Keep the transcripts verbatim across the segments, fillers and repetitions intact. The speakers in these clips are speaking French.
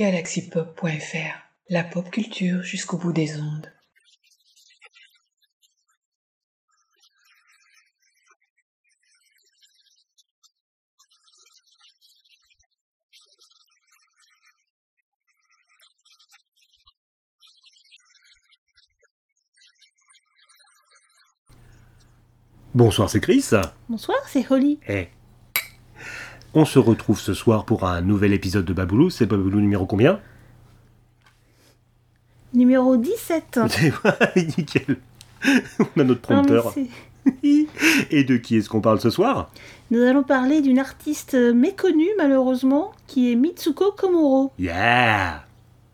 galaxypop point f r, la pop culture jusqu'au bout des ondes. Bonsoir, c'est Chris. Bonsoir, c'est Holly. Eh. On se retrouve ce soir pour un nouvel épisode de Baboulou. C'est Baboulou numéro combien ? Numéro dix-sept. Nickel. On a notre prompteur. Non, mais Et de qui est-ce qu'on parle ce soir ? Nous allons parler d'une artiste méconnue, malheureusement, qui est Mitsuko Komuro. Yeah.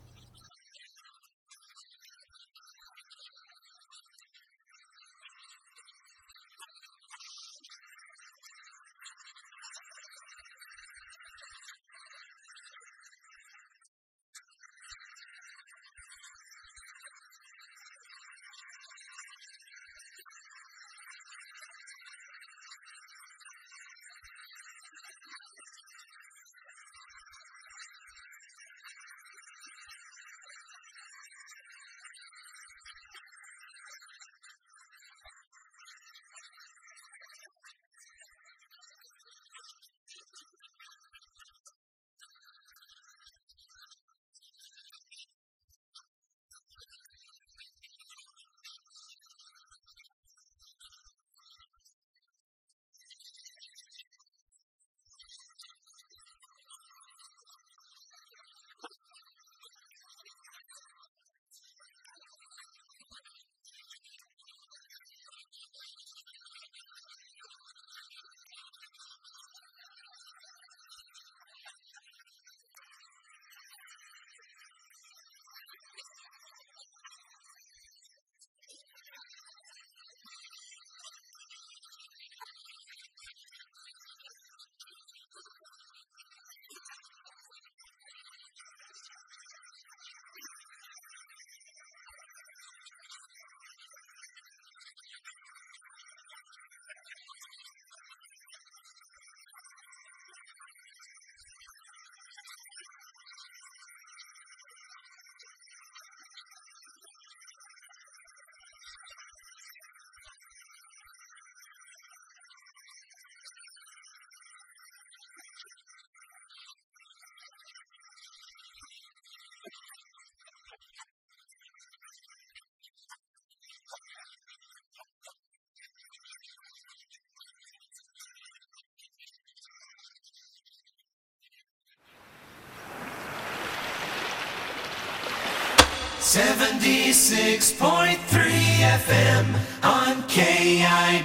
seventy-six point three F M on K I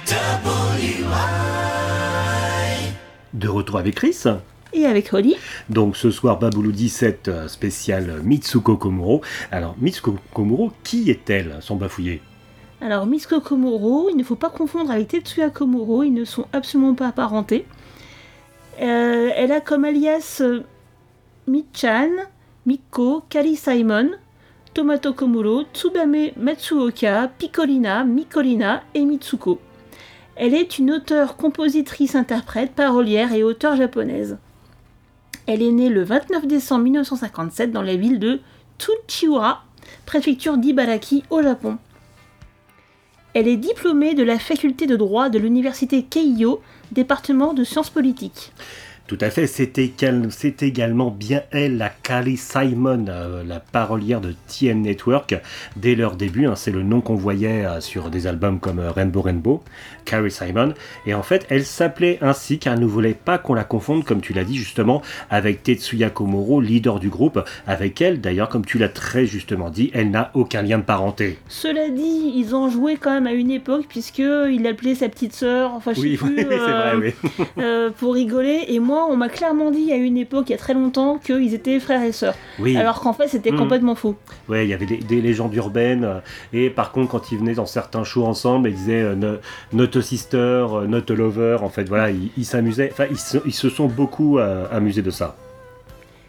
W I. De retour avec Chris. Et avec Holly. Donc ce soir, Baboulou dix-sept spécial Mitsuko Komuro. Alors, Mitsuko Komuro, qui est-elle, sans bafouiller ? Alors, Mitsuko Komuro, il ne faut pas confondre avec Tetsuya Komuro, ils ne sont absolument pas apparentés. Euh, elle a comme alias euh, Michan, Miko, Kari Simon, Tomato Komuro, Tsubame Matsuoka, Piccolina, Mikolina et Mitsuko. Elle est une auteure, compositrice, interprète, parolière et auteure japonaise. Elle est née le vingt-neuf décembre mille neuf cent cinquante-sept dans la ville de Tsuchiura, préfecture d'Ibaraki au Japon. Elle est diplômée de la faculté de droit de l'université Keio, département de sciences politiques. Tout à fait, c'est, égal, c'est également bien elle, la Kari Simon, euh, la parolière de T M Network, dès leur début, hein, c'est le nom qu'on voyait euh, sur des albums comme euh, Rainbow Rainbow, Kari Simon, et en fait elle s'appelait ainsi car elle ne voulait pas qu'on la confonde, comme tu l'as dit justement, avec Tetsuya Komuro, leader du groupe. Avec elle, d'ailleurs, comme tu l'as très justement dit, elle n'a aucun lien de parenté. Cela dit, ils ont joué quand même à une époque, puisqu'il l'appelait sa petite sœur, enfin je sais Oui, plus, oui, euh, c'est vrai, oui. euh, pour rigoler, et moi on m'a clairement dit à une époque, il y a très longtemps, qu'ils étaient frères et sœurs. Oui. Alors qu'en fait, c'était Mmh. complètement faux. Ouais, il y avait des, des légendes urbaines, euh, et par contre, quand ils venaient dans certains shows ensemble, ils disaient euh, no, not a sister, euh, not a lover, en fait, voilà, ils, ils s'amusaient, enfin, ils se, ils se sont beaucoup euh, amusés de ça.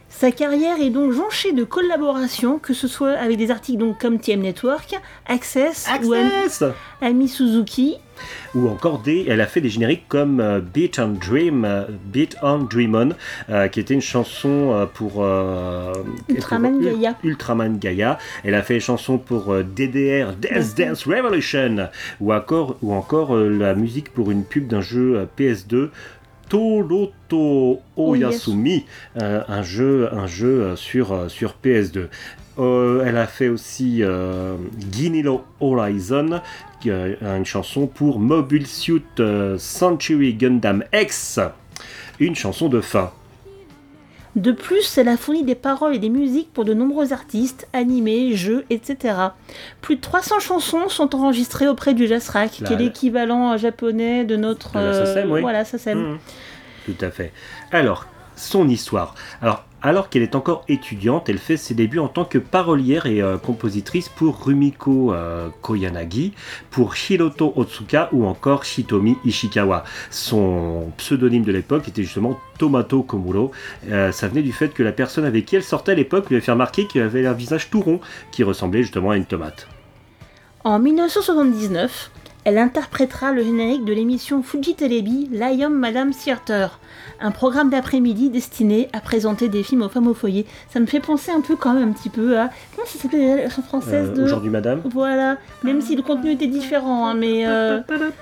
Sa carrière est donc jonchée de collaborations, que ce soit avec des articles donc comme T M Network, Access, ou Access Ami, Ami Suzuki. Ou encore des, elle a fait des génériques comme euh, Beat on Dream, euh, Beat on Dream On, euh, qui était une chanson euh, pour euh, Ultraman pour, Gaia. Ultraman Gaia. Elle a fait des chansons pour euh, D D R, Dance Dance Revolution, ou encore, ou encore euh, la musique pour une pub d'un jeu euh, P S deux. Toroto Oyasumi, euh, un jeu, un jeu euh, sur, euh, sur P S deux. Euh, elle a fait aussi euh, Ginilo Horizon, qui est une chanson pour Mobile Suit euh, Century Gundam X, une chanson de fin. De plus, elle a fourni des paroles et des musiques pour de nombreux artistes, animés, jeux, et cetera. Plus de trois cents chansons sont enregistrées auprès du Jasrak, La- qui est l'équivalent euh, japonais de notre... De la SACEM, oui. Voilà, SACEM. Mmh. Tout à fait. Alors, son histoire. Alors, alors qu'elle est encore étudiante, elle fait ses débuts en tant que parolière et euh, compositrice pour Rumiko euh, Koyanagi, pour Hiroto Otsuka ou encore Hitomi Ishikawa. Son pseudonyme de l'époque était justement Tomato Komuro. Euh, ça venait du fait que la personne avec qui elle sortait à l'époque lui avait fait remarquer qu'il avait un visage tout rond, qui ressemblait justement à une tomate. En dix-neuf cent soixante-dix-neuf, elle interprétera le générique de l'émission Fuji Telebi Lion Madame Theater, un programme d'après-midi destiné à présenter des films aux femmes au foyer. Ça me fait penser un peu quand même un petit peu à... Comment ça s'appelait la version française Euh, de... Aujourd'hui Madame. Voilà, même si le contenu était différent, hein, mais... Euh...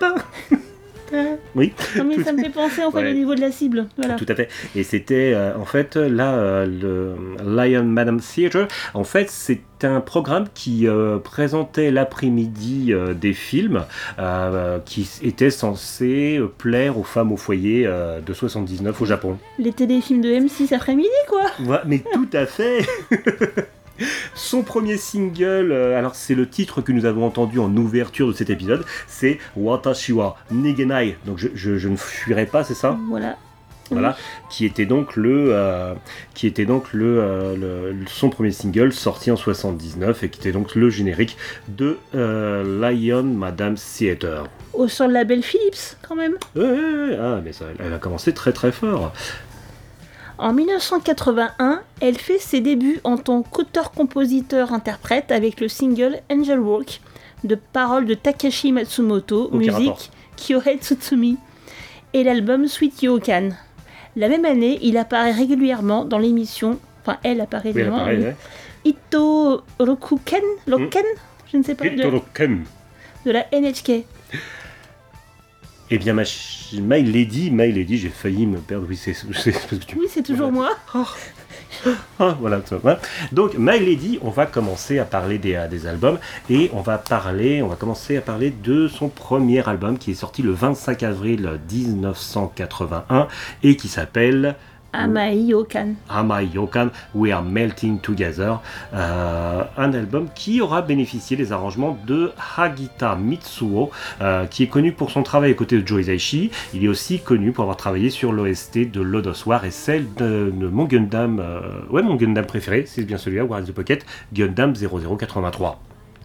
Oui. Non, mais Tout- ça me fait penser en fait Ouais. au niveau de la cible. Voilà. Tout à fait. Et c'était euh, en fait là euh, le Lion Madame Theatre. En fait, c'est un programme qui euh, présentait l'après-midi euh, des films euh, qui étaient censés euh, plaire aux femmes au foyer euh, de soixante-dix-neuf au Japon. Les téléfilms de M six après-midi, quoi. Ouais, mais tout à fait. Son premier single, euh, alors c'est le titre que nous avons entendu en ouverture de cet épisode, c'est Watashi wa Nigenai. Donc je, je, je ne fuirai pas, c'est ça ? Voilà. Voilà, qui était donc le, euh, qui était donc le, euh, le- le- son premier single sorti en soixante-dix-neuf et qui était donc le générique de euh, Lion Madame Theater. Au sur le label Philips, quand même. Ouais, ouais, ouais, ah, mais ça, elle a commencé très très fort. En dix-neuf cent quatre-vingt-un, elle fait ses débuts en tant qu'auteur-compositeur-interprète avec le single Angel Walk, de paroles de Takashi Matsumoto, Aucun musique rapport. Kyohei Tsutsumi, et l'album Sweet Yokan. La même année, il apparaît régulièrement dans l'émission, enfin elle apparaît Oui, elle régulièrement, apparaît, oui. ouais. Ito Rokuken, Loken, je ne sais pas, de, Hitoroken. de la N H K. Eh bien, ma ch- My Lady, My Lady, j'ai failli me perdre. Oui, c'est c'est- c'est parce que tu. Oui, c'est toujours moi. Ah, voilà, ça va. Donc, My Lady, on va commencer à parler des, euh, des albums et on va parler, on va commencer à parler de son premier album qui est sorti le vingt-cinq avril dix-neuf cent quatre-vingt-un et qui s'appelle Amai Yokan. Amai Yokan, We Are Melting Together, euh, un album qui aura bénéficié des arrangements de Hagita Mitsuo, euh, qui est connu pour son travail aux côtés de Joe Hisaishi. Il est aussi connu pour avoir travaillé sur l'O S T de Lodos War et celle de, de mon Gundam, euh, ouais, mon Gundam préféré, c'est bien celui-là, War is the Pocket, Gundam zéro zéro quatre-vingt-trois.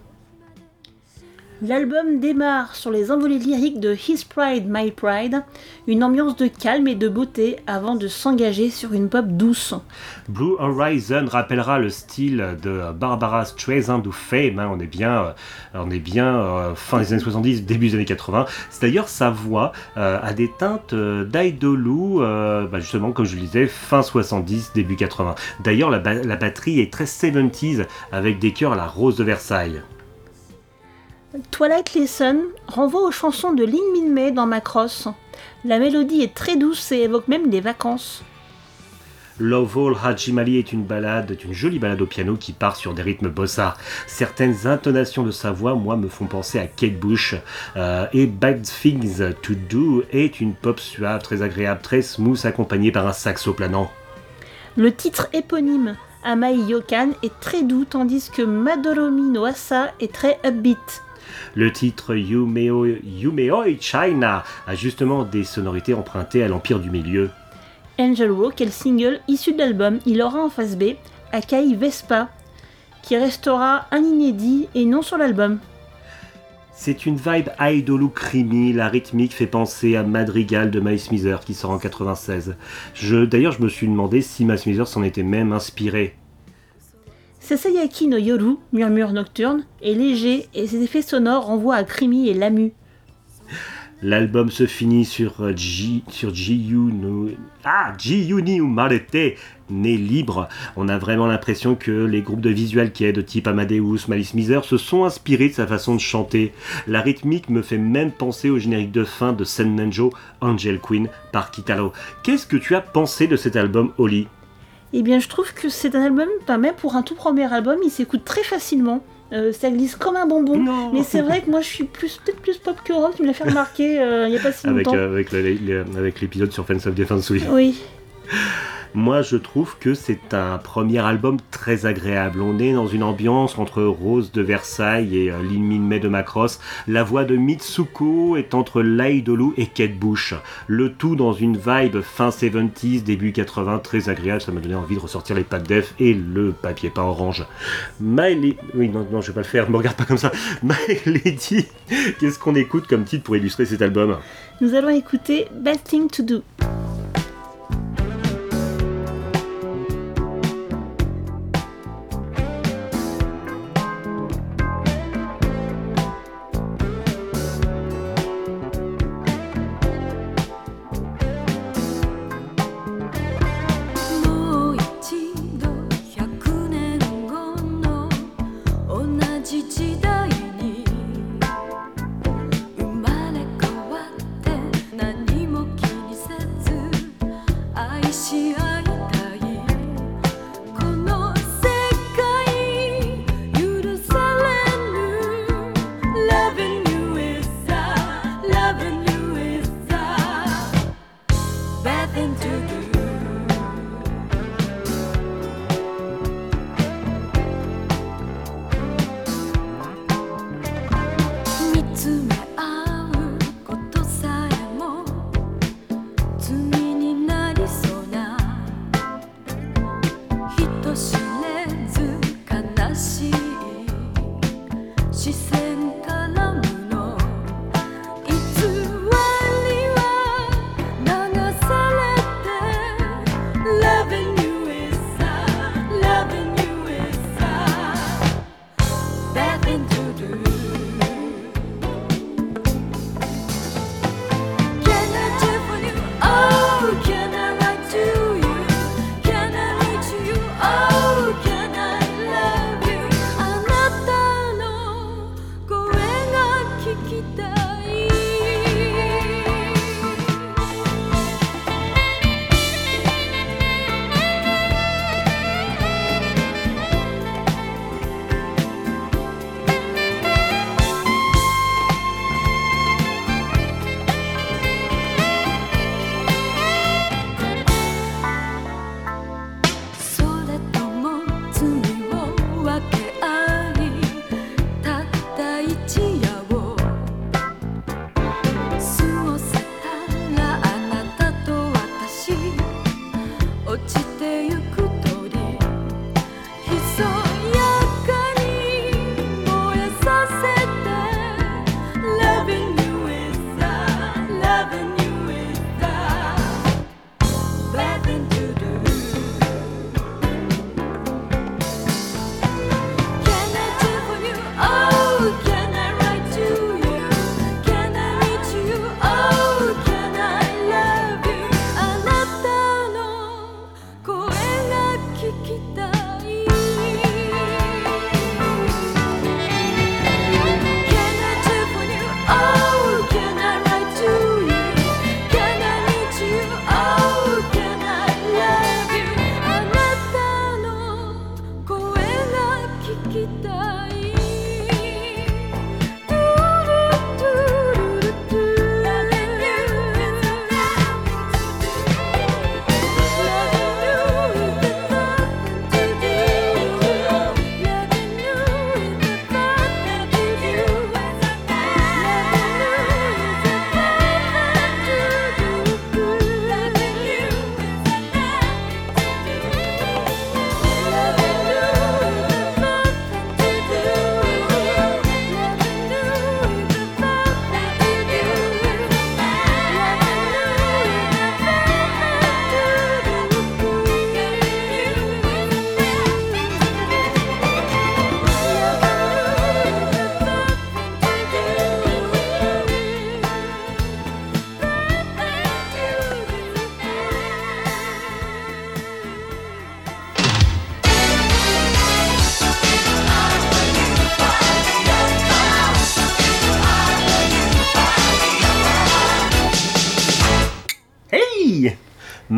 L'album démarre sur les envolées lyriques de His Pride, My Pride, une ambiance de calme et de beauté avant de s'engager sur une pop douce. Blue Horizon rappellera le style de Barbara Streisand ou Fame, hein, on est bien, euh, on est bien euh, fin des années soixante-dix, début des années quatre-vingts. C'est d'ailleurs sa voix euh, a des teintes euh, d'Idolou, euh, bah justement comme je le disais, fin soixante-dix, début quatre-vingts. D'ailleurs la, ba- la batterie est très soixante-dix avec des chœurs à la Rose de Versailles. Twilight Lesson renvoie aux chansons de Lin Min Mei dans Macross. La mélodie est très douce et évoque même des vacances. Love All Hajimali est une balade, est une jolie balade au piano qui part sur des rythmes bossa. Certaines intonations de sa voix, moi, me font penser à Kate Bush. Euh, et Bad Things to Do est une pop suave, très agréable, très smooth, accompagnée par un saxo planant. Le titre éponyme, Amai Yokan, est très doux tandis que Madoromi no Asa est très upbeat. Le titre Yumeo, Yumeoi China a justement des sonorités empruntées à l'Empire du Milieu. Angel Walk est le single issu de l'album. Il aura en face B Akai Vespa, qui restera un inédit et non sur l'album. C'est une vibe idolou creamy, la rythmique fait penser à Madrigal de Miles Smithers qui sort en quatre-vingt-seize. Je, d'ailleurs, je me suis demandé si Miles Smithers s'en était même inspiré. Sasayaki no Yoru, murmure nocturne, est léger et ses effets sonores renvoient à Creamy et Lamu. L'album se finit sur Ji, sur Jiyu no... Ah, Jiyu ni Umarete, né libre. On a vraiment l'impression que les groupes de visual kei de type Amadeus, Miles Smithers se sont inspirés de sa façon de chanter. La rythmique me fait même penser au générique de fin de Senmenjo, Angel Queen par Kitaro. Qu'est-ce que tu as pensé de cet album, Oli ? Eh bien, je trouve que c'est un album, pas même pour un tout premier album, il s'écoute très facilement. Euh, ça glisse comme un bonbon. Non. Mais c'est vrai que moi, je suis plus, peut-être plus pop que rock. Tu me l'as fait remarquer euh, il n'y a pas si avec, longtemps. euh, avec, le, le, avec l'épisode sur Fans of Defense, oui. Oui. Moi, je trouve que c'est un premier album très agréable. On est dans une ambiance entre Rose de Versailles et euh, Lin Min Mei de Macross. La voix de Mitsuko est entre l'idolou et Kate Bush. Le tout dans une vibe fin soixante-dix, début quatre-vingts, très agréable. Ça m'a donné envie de ressortir les packs def et le papier peint orange. My Oui, non, non, je vais pas le faire. Ne me regarde pas comme ça. My Lady, qu'est-ce qu'on écoute comme titre pour illustrer cet album ? Nous allons écouter Bad Thing to Do. 何も気にせず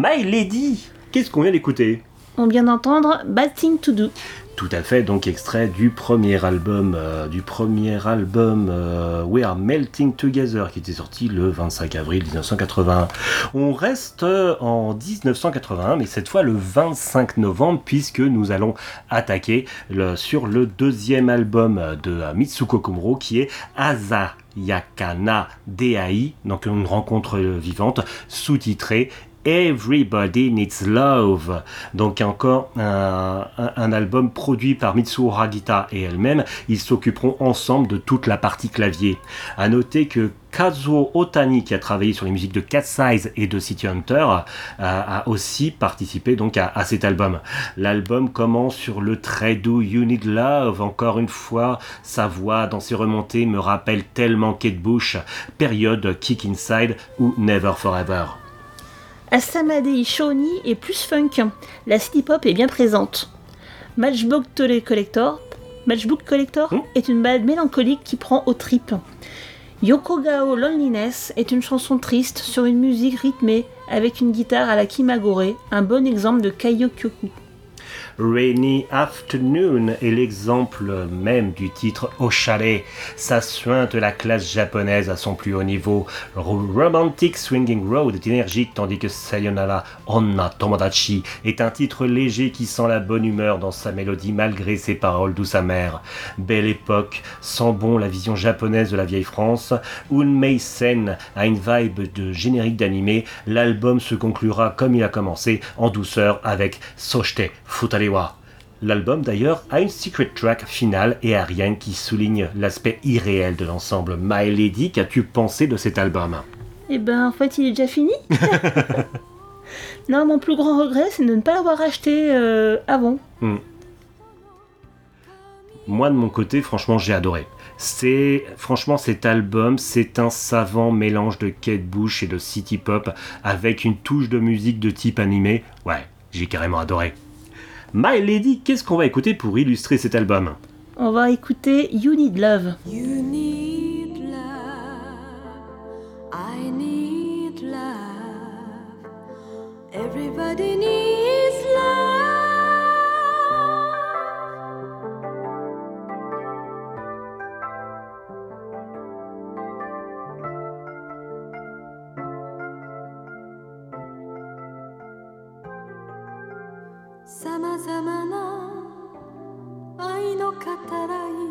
My Lady, qu'est-ce qu'on vient d'écouter ? On vient d'entendre Bad Thing to Do. Tout à fait, donc extrait du premier album, euh, du premier album euh, We Are Melting Together, qui était sorti le vingt-cinq avril dix-neuf cent quatre-vingt-un. On reste en dix-neuf cent quatre-vingt-un, mais cette fois le vingt-cinq novembre, puisque nous allons attaquer le, sur le deuxième album de euh, Mitsuko Komuro, qui est Azayakana Dai, donc une rencontre vivante, sous-titrée Everybody Needs Love. Donc encore un, un, un album produit par Mitsuo Hagita et elle-même. Ils s'occuperont ensemble de toute la partie clavier. À noter que Kazuo Otani, qui a travaillé sur les musiques de Cat Size et de City Hunter, a, a aussi participé donc à, à cet album. L'album commence sur le très doux You Need Love. Encore une fois, sa voix dans ses remontées me rappelle tellement Kate Bush, période Kick Inside ou Never Forever. Asamadei Shoni est plus funk. La city pop est bien présente. Matchbook Collector, Matchbook Collector mmh. est une balade mélancolique qui prend aux tripes. Yokogao Loneliness est une chanson triste sur une musique rythmée avec une guitare à la Kimagure, un bon exemple de Kaiyokyoku. Rainy Afternoon est l'exemple même du titre Oshare. Ça suinte la classe japonaise à son plus haut niveau. Romantic Swinging Road est énergique, tandis que Sayonara Onna Tomodachi est un titre léger qui sent la bonne humeur dans sa mélodie malgré ses paroles douces amères. Belle époque, sent bon la vision japonaise de la vieille France. Unmei Sen a une vibe de générique d'animé. L'album se conclura comme il a commencé, en douceur, avec Soshite Futare. L'album d'ailleurs a une secret track finale et aérienne qui souligne l'aspect irréel de l'ensemble. My Lady, qu'as-tu pensé de cet album ? Eh ben en fait il est déjà fini. Non, mon plus grand regret c'est de ne pas l'avoir acheté euh, avant. Hmm. Moi de mon côté franchement j'ai adoré. C'est franchement cet album, c'est un savant mélange de Kate Bush et de city pop avec une touche de musique de type animé. Ouais, j'ai carrément adoré. My Lady, qu'est-ce qu'on va écouter pour illustrer cet album ? On va écouter You Need Love. You need love, I need love, everybody needs love. さまざまな愛の語らい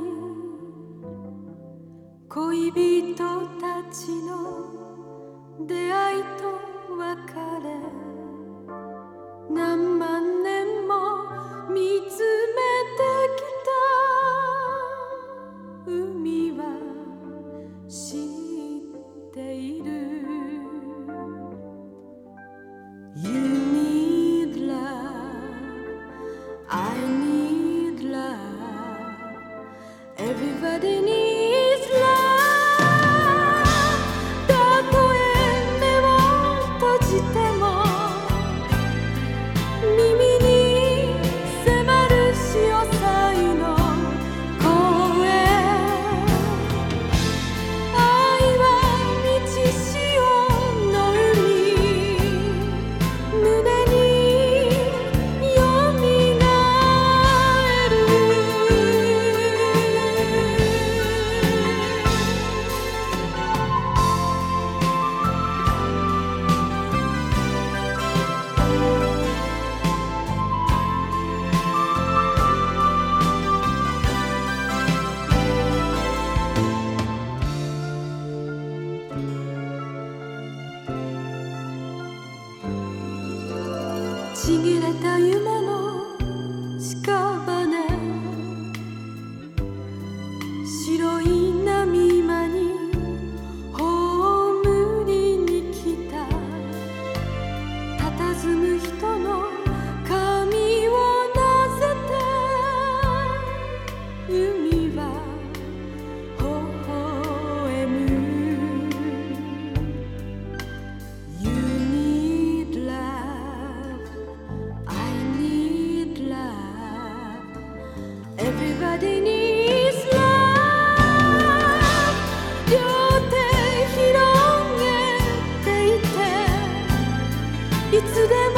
恋人たちの出会いと別れ何万年も見つめてきた海は知っている You need love I need love Everybody needs love たとえ目を閉じても耳に迫る潮騒の声愛は満ち潮の海胸によみがえるちぎれた夢の屍白い波間に葬りに来た佇む人の髪をなぜて海は微笑む You need love I need love Everybody needs love 両手広げていていつでも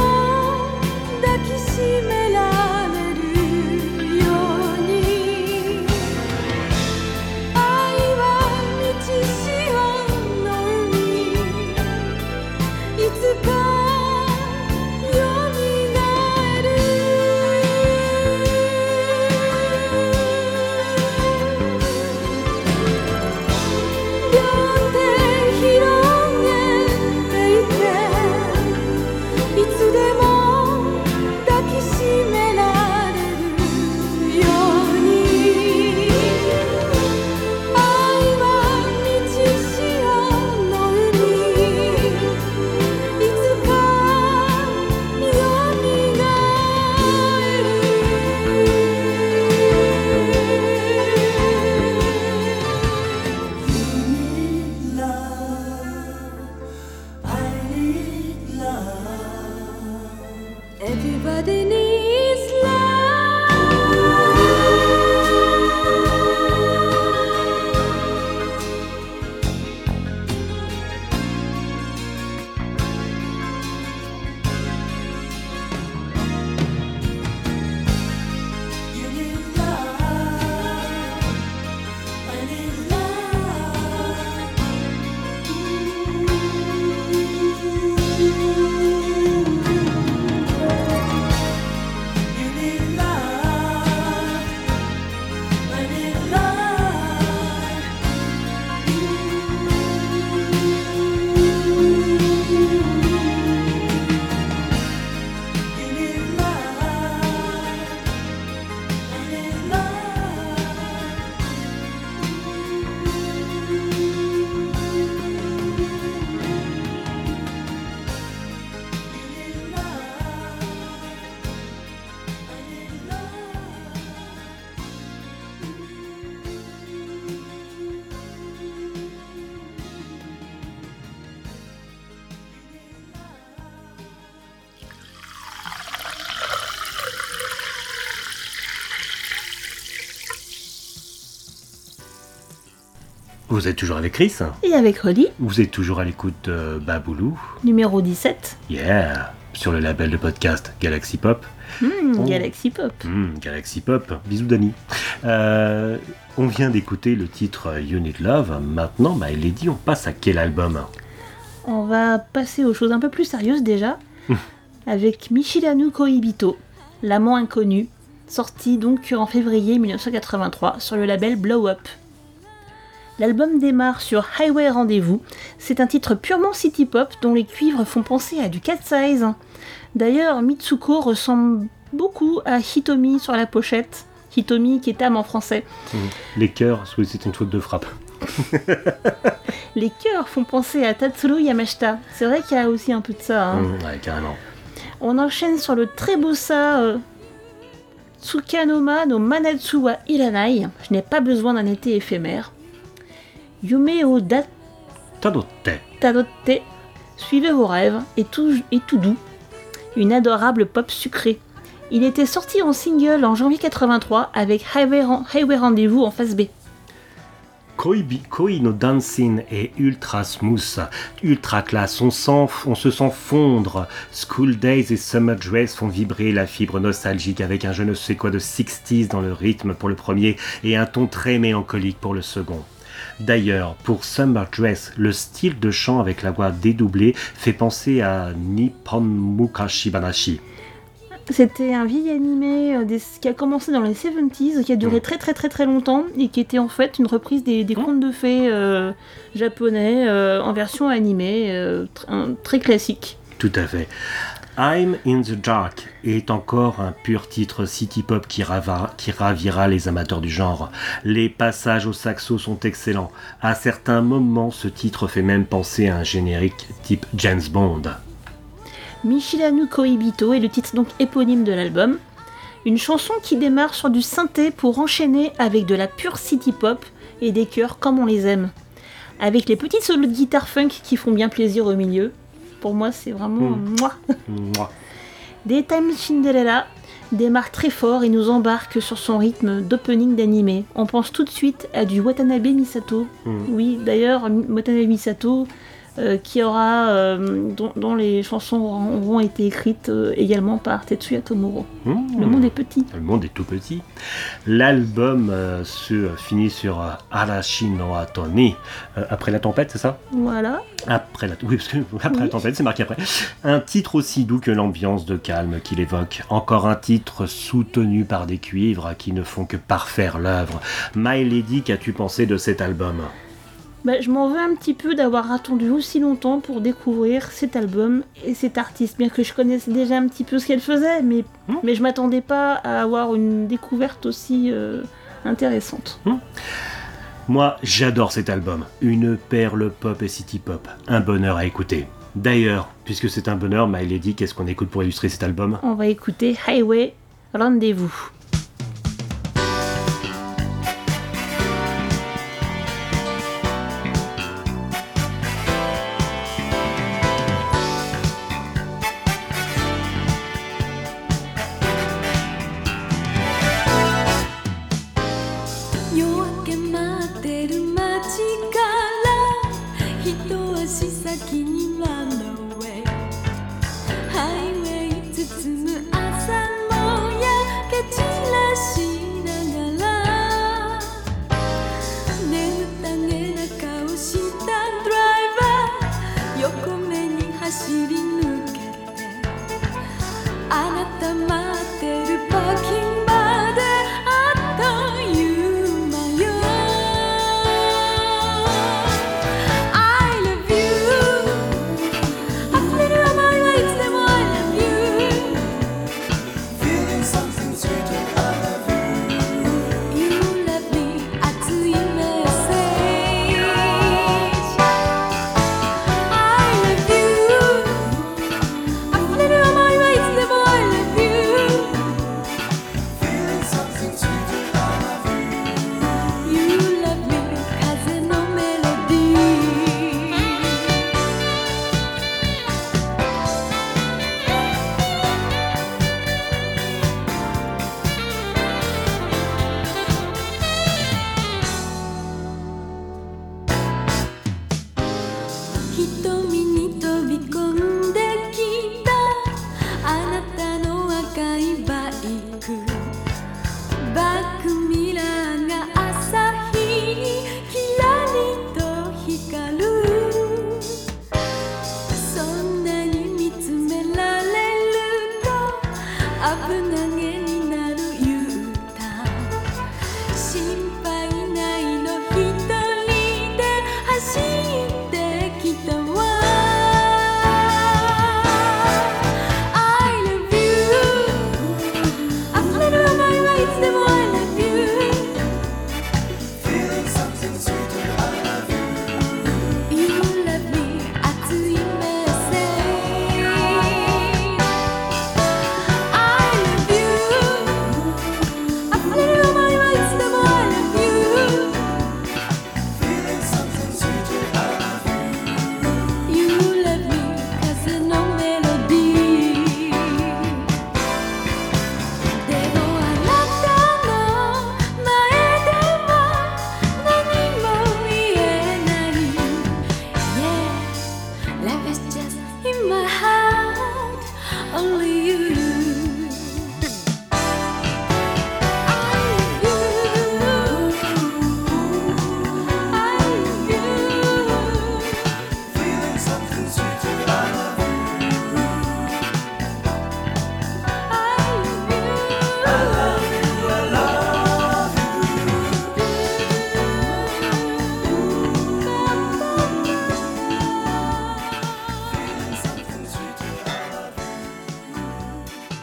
Vous êtes toujours avec Chris. Et avec Rolly, Vous êtes toujours à l'écoute de Baboulou. numéro dix-sept. Yeah. Sur le label de podcast Galaxy Pop. Hmm, Oh. Galaxy Pop. Hmm, Galaxy Pop. Bisous Dani. Euh, on vient d'écouter le titre You Need Love. Maintenant, My Lady, on passe à quel album? On va passer aux choses un peu plus sérieuses déjà, avec Michilanu Koibito, l'amant inconnu, sorti donc en février mille neuf cent quatre-vingt-trois sur le label Blow Up. L'album démarre sur Highway Rendez-vous. C'est un titre purement city pop dont les cuivres font penser à du Cat Size. D'ailleurs, Mitsuko ressemble beaucoup à Hitomi sur la pochette. Hitomi qui est âme en français. Les cœurs, oui, c'est une faute de frappe. Les chœurs font penser à Tatsuro Yamashita. C'est vrai qu'il y a aussi un peu de ça. Hein. Hmm, ouais, carrément. On enchaîne sur le très beau ça euh, Tsukanoma no Manatsu wa Iranai. Je n'ai pas besoin d'un été éphémère. Yume o da Tadote. Tadote, suivez vos rêves, et tout, et tout doux. Une adorable pop sucrée. Il était sorti en single en janvier quatre-vingt-trois avec Highway, Ren- Highway Rendez-vous en face B. Koi, Koi no Dancing est ultra smooth, ultra classe, on, sent, on se sent fondre. School Days et Summer Dress font vibrer la fibre nostalgique avec un je ne sais quoi de sixties dans le rythme pour le premier et un ton très mélancolique pour le second. D'ailleurs, pour Summer Dress, le style de chant avec la voix dédoublée fait penser à Nippon Mukashi Banashi. C'était un vieil animé euh, des- qui a commencé dans les soixante-dix, qui a duré Mm. très très très très longtemps et qui était en fait une reprise des, des Mm. contes de fées euh, japonais euh, en version animée, euh, tr- un- très classique. Tout à fait. I'm in the Dark est encore un pur titre city pop qui, rava- qui ravira les amateurs du genre. Les passages au saxo sont excellents. À certains moments, ce titre fait même penser à un générique type James Bond. Michilanu Koibito est le titre donc éponyme de l'album. Une chanson qui démarre sur du synthé pour enchaîner avec de la pure city pop et des chœurs comme on les aime. Avec les petits solos de guitare funk qui font bien plaisir au milieu. Pour moi, c'est vraiment Mm. moi. Mouah. Daytime Cinderella démarre très fort et nous embarque sur son rythme d'opening d'animé. On pense tout de suite à du Watanabe Misato. Mm. Oui, d'ailleurs, Mi- Watanabe Misato, euh, qui aura, euh, dont, dont les chansons auront, auront été écrites euh, également par Tetsuya Tomuro. Mm. Le monde est petit. Le monde est tout petit. L'album euh, se finit sur euh, Arashi no Atoni. Euh, après la tempête, c'est ça? Voilà. Après la, oui, parce que après la Oui. tempête, c'est marqué après. Un titre aussi doux que l'ambiance de calme qu'il évoque. Encore un titre soutenu par des cuivres qui ne font que parfaire l'œuvre. My Lady, qu'as-tu pensé de cet album? Bah, je m'en veux un petit peu d'avoir attendu aussi longtemps pour découvrir cet album et cet artiste, bien que je connaissais déjà un petit peu ce qu'elle faisait, mais, Hmm. mais je m'attendais pas à avoir une découverte aussi euh, intéressante. Moi, j'adore cet album. Une perle pop et city pop. Un bonheur à écouter. D'ailleurs, puisque c'est un bonheur, My Lady, qu'est-ce qu'on écoute pour illustrer cet album? On va écouter Highway Rendez-vous. 夜明け待ってる街から一足先に Run away ハイウェイ包む朝も焼け散つでも I love you Feeling something sweeter, I love you. You love me 熱いメッセージ I love you 溢れる想いはいつでも I love you Feeling something sweeter, I love you. You love me 風のメロディーでもあなたの前では何も言えない Yeah, life is just in my heart Only you I love you I love you Feeling something sweeter, I love you. I love you I love you, I love you. Feeling something sweeter, I love you.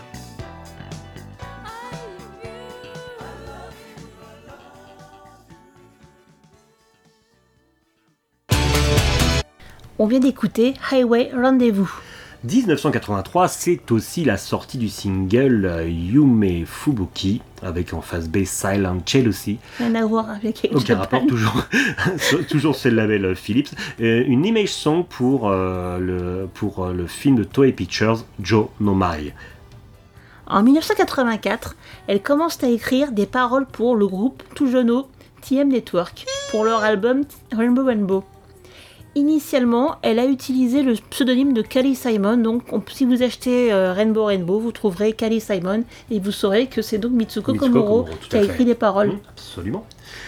On vient d'écouter Highway Rendezvous. dix-neuf cent quatre-vingt-trois, c'est aussi la sortie du single euh, Yume Fubuki, avec en face B Silent Jealousy. Rien à voir avec Age Aucun Japan. rapport, toujours, toujours sur le label euh, Philips. Euh, une image song pour, euh, le, pour euh, le film de Toei Pictures, Joe no Mai. En dix-neuf cent quatre-vingt-quatre, elle commence à écrire des paroles pour le groupe tout jeuneau T M Network, pour leur album Rainbow Rainbow. Initialement, elle a utilisé le pseudonyme de Callie Simon, donc on- si vous achetez euh, Rainbow Rainbow, vous trouverez Callie Simon et vous saurez que c'est donc Mitsuko, Mitsuko Komuro, Komuro, tout qui à a fait. écrit les paroles. Mmh, absolument.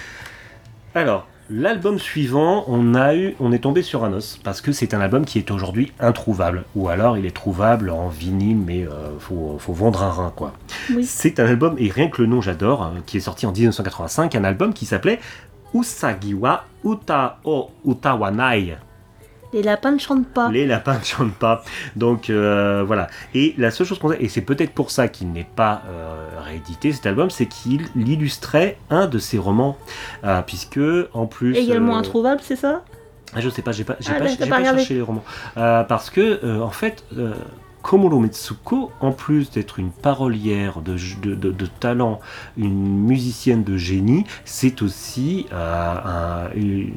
Alors, l'album suivant, on, a eu, on est tombé sur un os, parce que c'est un album qui est aujourd'hui introuvable, ou alors il est trouvable en vinyle, mais il euh, faut, faut vendre un rein, quoi. Oui. C'est un album, et rien que le nom j'adore, hein, qui est sorti en dix-neuf cent quatre-vingt-cinq, un album qui s'appelait Usagiwa Uta o Utawanai. Les lapins ne chantent pas. Les lapins ne chantent pas. Donc euh, voilà. Et la seule chose qu'on sait, et c'est peut-être pour ça qu'il n'est pas euh, réédité cet album, c'est qu'il illustrait un de ses romans. Euh, puisque en plus. Également euh, introuvable, c'est ça? ah, je sais pas, j'ai pas, j'ai Ah, pas, t'as j'ai pas pas regardé. cherché les romans. Euh, parce que, euh, en fait. Euh, Komuro Mitsuko, en plus d'être une parolière de, de, de, de talent, une musicienne de génie, c'est aussi euh, un, une-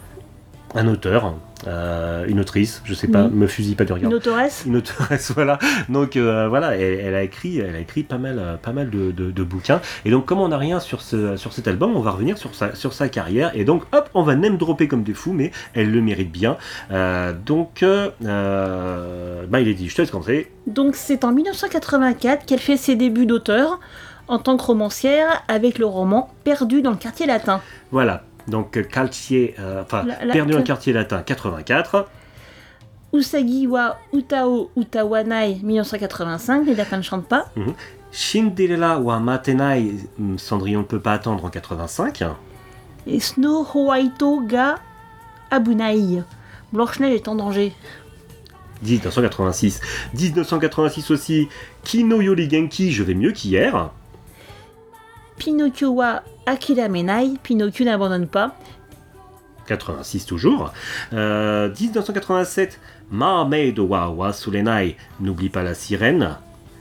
un auteur, euh, une autrice, je sais pas, Oui. me fusille pas de regard. Une autoresse? Une auteuresse, voilà. Donc euh, voilà, elle, elle a écrit, elle a écrit pas mal, euh, pas mal de, de- de bouquins. Et donc comme on n'a rien sur, ce, sur cet album, on va revenir sur sa, sur sa carrière. Et donc hop, on va name dropper comme des fous, mais elle le mérite bien. Euh, donc, euh, euh, bah il est dit, je te laisse commencer. Donc c'est en dix-neuf cent quatre-vingt-quatre qu'elle fait ses débuts d'auteur en tant que romancière avec le roman Perdu dans le quartier latin. Voilà. Donc euh, quartier, euh, enfin La- la- perdu dans le que- quartier latin, quatre-vingt-quatre. Usagi wa Utao Utawanai mille neuf cent quatre-vingt-cinq, les lapins ne chantent pas. Cinderella wa Matenai, hum, Cendrillon ne peut pas attendre en quatre-vingt-cinq. Et Snow White ga Abunai, Blanche-Neige est en danger. dix-neuf cent quatre-vingt-six. dix-neuf cent quatre-vingt-six aussi, Kino Yori Genki, je vais mieux qu'hier. Pinocchio wa Akiramenai, Pinocchio n'abandonne pas. quatre-vingt-six toujours. Euh, dix-neuf cent quatre-vingt-sept, Mermaid wa Wasurenai, n'oublie pas la sirène.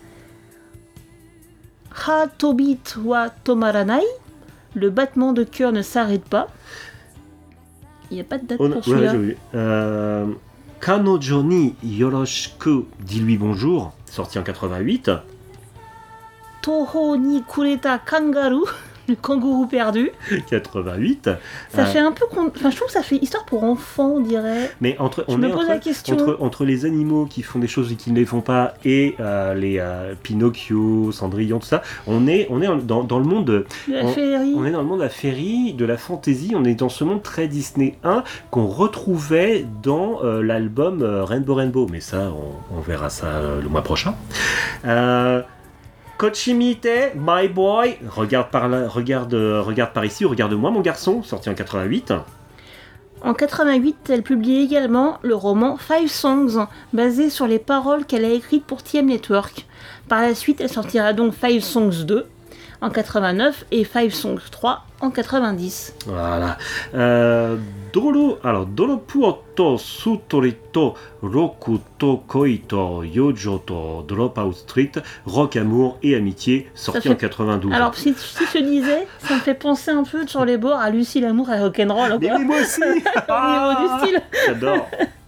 Hatobit wa Tomaranai, le battement de cœur ne s'arrête pas. Il n'y a pas de date Oh, pour ouais, celui-là. j'ai vu. Euh, Kanojo ni Yoroshiku, dis-lui bonjour, sorti en quatre-vingt-huit. Toho ni Kureta Kangaroo, le kangourou perdu. quatre-vingt-huit. Ça Euh, fait un peu... con- Enfin, je trouve que ça fait histoire pour enfants, on dirait. Mais entre, Je on me est pose entre, la question. entre, entre les animaux qui font des choses et qui ne les font pas et euh, les euh, Pinocchio, Cendrillon, tout ça, on est, on est en- dans, dans le monde de, De la on- féerie. on est dans le monde de la féerie, de la fantasy, on est dans ce monde très Disney un qu'on retrouvait dans euh, l'album euh, Rainbow Rainbow, mais ça, on, on verra ça euh, le mois prochain. Euh, Kochimite, My Boy, regarde par là, regarde, euh, regarde par ici, regarde-moi mon garçon, sorti en quatre-vingt-huit. En quatre-vingt-huit, elle publie également le roman Five Songs, basé sur les paroles qu'elle a écrites pour T M Network. Par la suite, elle sortira donc Five Songs deux, en quatre-vingt-neuf et Five Songs trois en quatre-vingt-dix. Voilà. Euh, Doro, alors, Doropuo to Sutori to Roku to Koi to Yojo to Dropout Street, Rock, Amour et Amitié, sorti fait- en quatre-vingt-douze. Alors, si, si je te disais, ça me fait penser un peu sur les bords à Lucie Lamour et Rock'n'Roll. Mais oui, moi aussi. Au niveau du style. J'adore.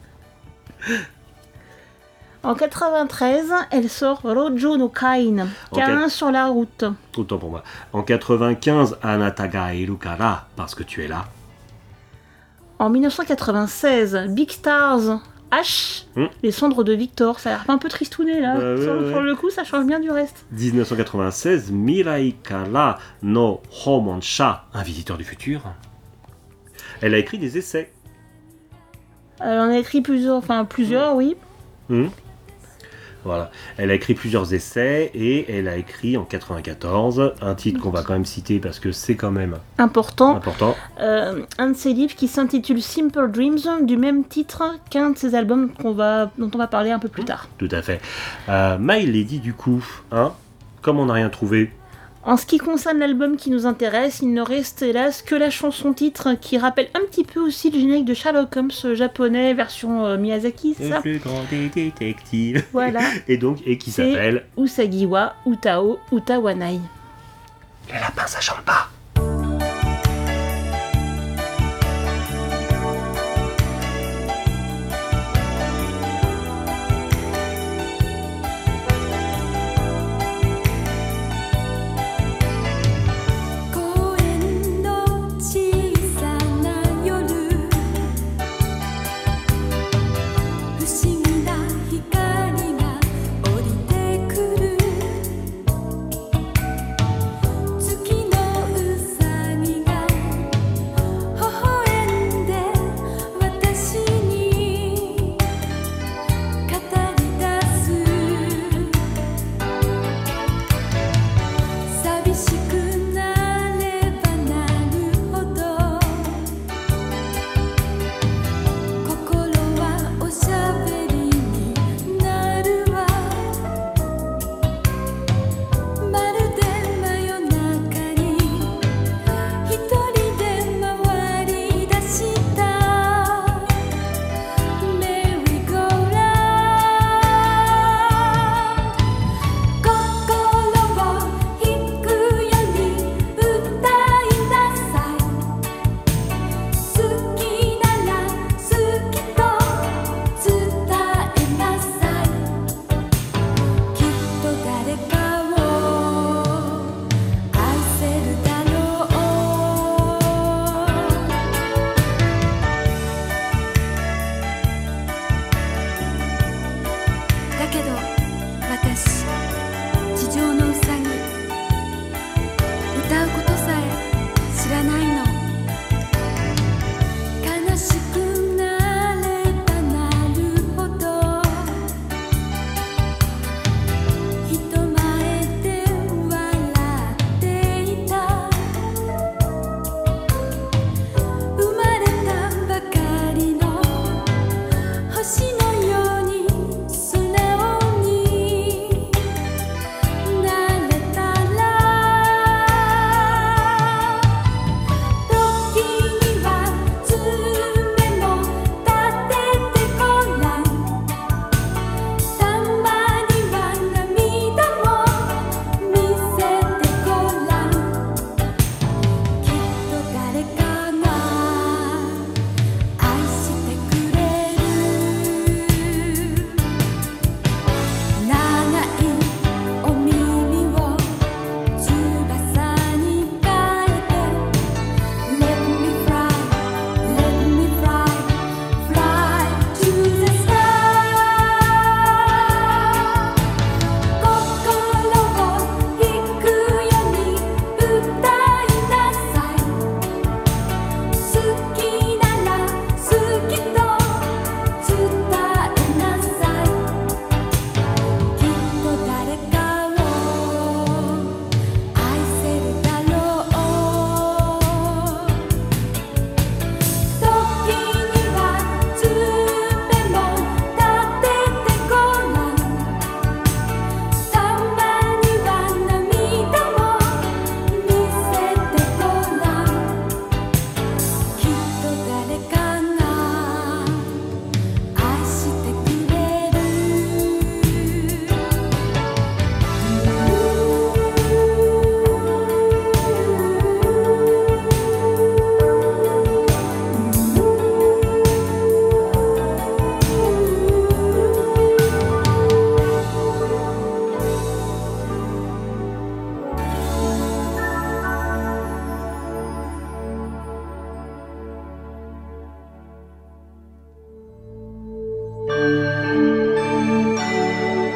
En quatre-vingt-treize, elle sort Rojo no Kain, Câlin sur la route. Autant pour moi. En quatre-vingt-quinze, Anata ga iru kara, parce que tu es là. En mille neuf cent quatre-vingt-seize, Big Stars, H, Hmm. Les cendres de Victor. Ça a l'air un peu tristouné là. Bah, ouais, sur, ouais. sur le coup, ça change bien du reste. dix-neuf cent quatre-vingt-seize, Mirai kara no Homonsha, un visiteur du futur. Elle a écrit des essais. Elle en a écrit plusieurs, enfin plusieurs, oui. Hmm. Voilà. Elle a écrit plusieurs essais et elle a écrit en quatre-vingt-quatorze un titre qu'on va quand même citer parce que c'est quand même Important. important. Euh, un de ses livres qui s'intitule Simple Dreams, du même titre qu'un de ses albums qu'on va, dont on va parler un peu plus tard. Tout à fait. Euh, My Lady, du coup, hein, comme on n'a rien trouvé, En ce qui concerne l'album qui nous intéresse, il ne reste hélas que la chanson titre qui rappelle un petit peu aussi le générique de Sherlock Holmes japonais version euh, Miyazaki, c'est le ça plus grand des détectives. Voilà. Et donc, et qui C'est- s'appelle Usagiwa Utao Utawanai. Les lapins, ça chante pas. 公園の小さな夜不思議な光が降りてくる月のうさぎが微笑んで私に語り出す寂しくなればなるほど心はおしゃべりになるわまるで真夜中に一人で回り出したメリーゴーランド心を引くように歌いなさい好きなら好きと伝えなさいきっと誰かを愛せるだろうだけど私地上のうさぎ歌うことさえ知らないの悲しくなればなるほど人前で笑っていた生まれたばかりの星のように素直になれたら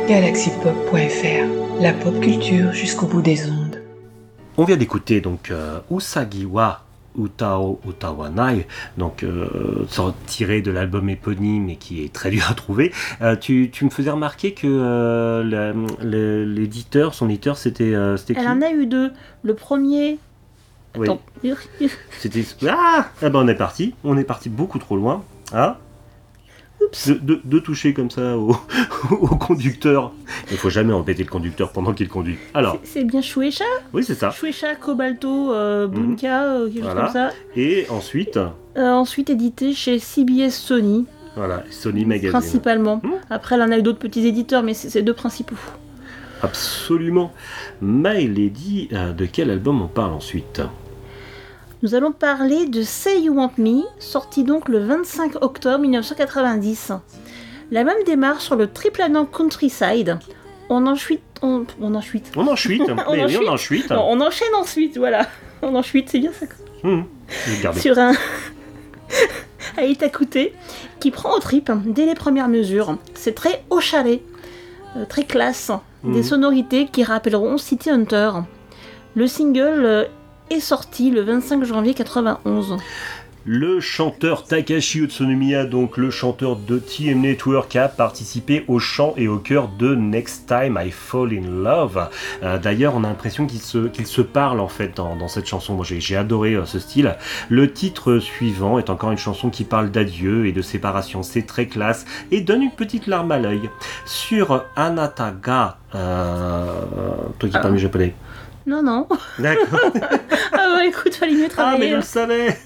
galaxy pop point f r, la pop culture jusqu'au bout des ondes. On vient d'écouter donc euh, Usagi wa Utao Utawanai, donc euh, tiré de l'album éponyme et qui est très dur à trouver. Euh, tu, tu me faisais remarquer que euh, la, la, l'éditeur, son éditeur, c'était, euh, c'était qui ? Elle en a eu deux. Le premier... Oui. Attends. C'était... Ah, ah ben on est parti. On est parti beaucoup trop loin. Hein ? Oups. De, de, de toucher comme ça au, au conducteur. Il faut jamais embêter le conducteur pendant qu'il conduit. Alors, C'est, c'est bien Shueisha oui, c'est ça. Shueisha, Cobalto, euh, Bunka, euh, quelque Voilà. chose comme ça. Et ensuite, Euh, ensuite édité chez C B S Sony, voilà, Sony Magazine. principalement. Hmm. Après, elle en a eu d'autres petits éditeurs, mais c'est ces deux principaux. Absolument. My Lady, euh, de quel album on parle ensuite ? Nous allons parler de Say You Want Me, sorti donc le vingt-cinq octobre mille neuf cent quatre-vingt-dix. La même démarche sur le triplanant Countryside. On ensuite... On, on ensuite... On en chuite. On Mais en oui, on chuite. en chuite. Non, on enchaîne ensuite, voilà. On ensuite, c'est bien ça. Hum, je vais le garder. Sur un... à Itakute, qui prend aux tripes dès les premières mesures. C'est très au chalet, euh, très classe. Des Mhm. sonorités qui rappelleront City Hunter. Le single euh, est sorti le vingt-cinq janvier quatre-vingt-onze. Le chanteur Takashi Utsunomiya, donc le chanteur de T M Network, a participé au chant et au chœur de Next Time I Fall in Love. Euh, d'ailleurs, on a l'impression qu'ils se, qu'ils se parlent en fait dans, dans cette chanson. Moi, j'ai, j'ai adoré euh, ce style. Le titre suivant est encore une chanson qui parle d'adieu et de séparation. C'est très classe et donne une petite larme à l'œil. Sur Anata ga, euh, toi qui Ah. parles japonais. Non, non. D'accord. Ah bah écoute, fallait mieux Ah, travailler. mais je le savais.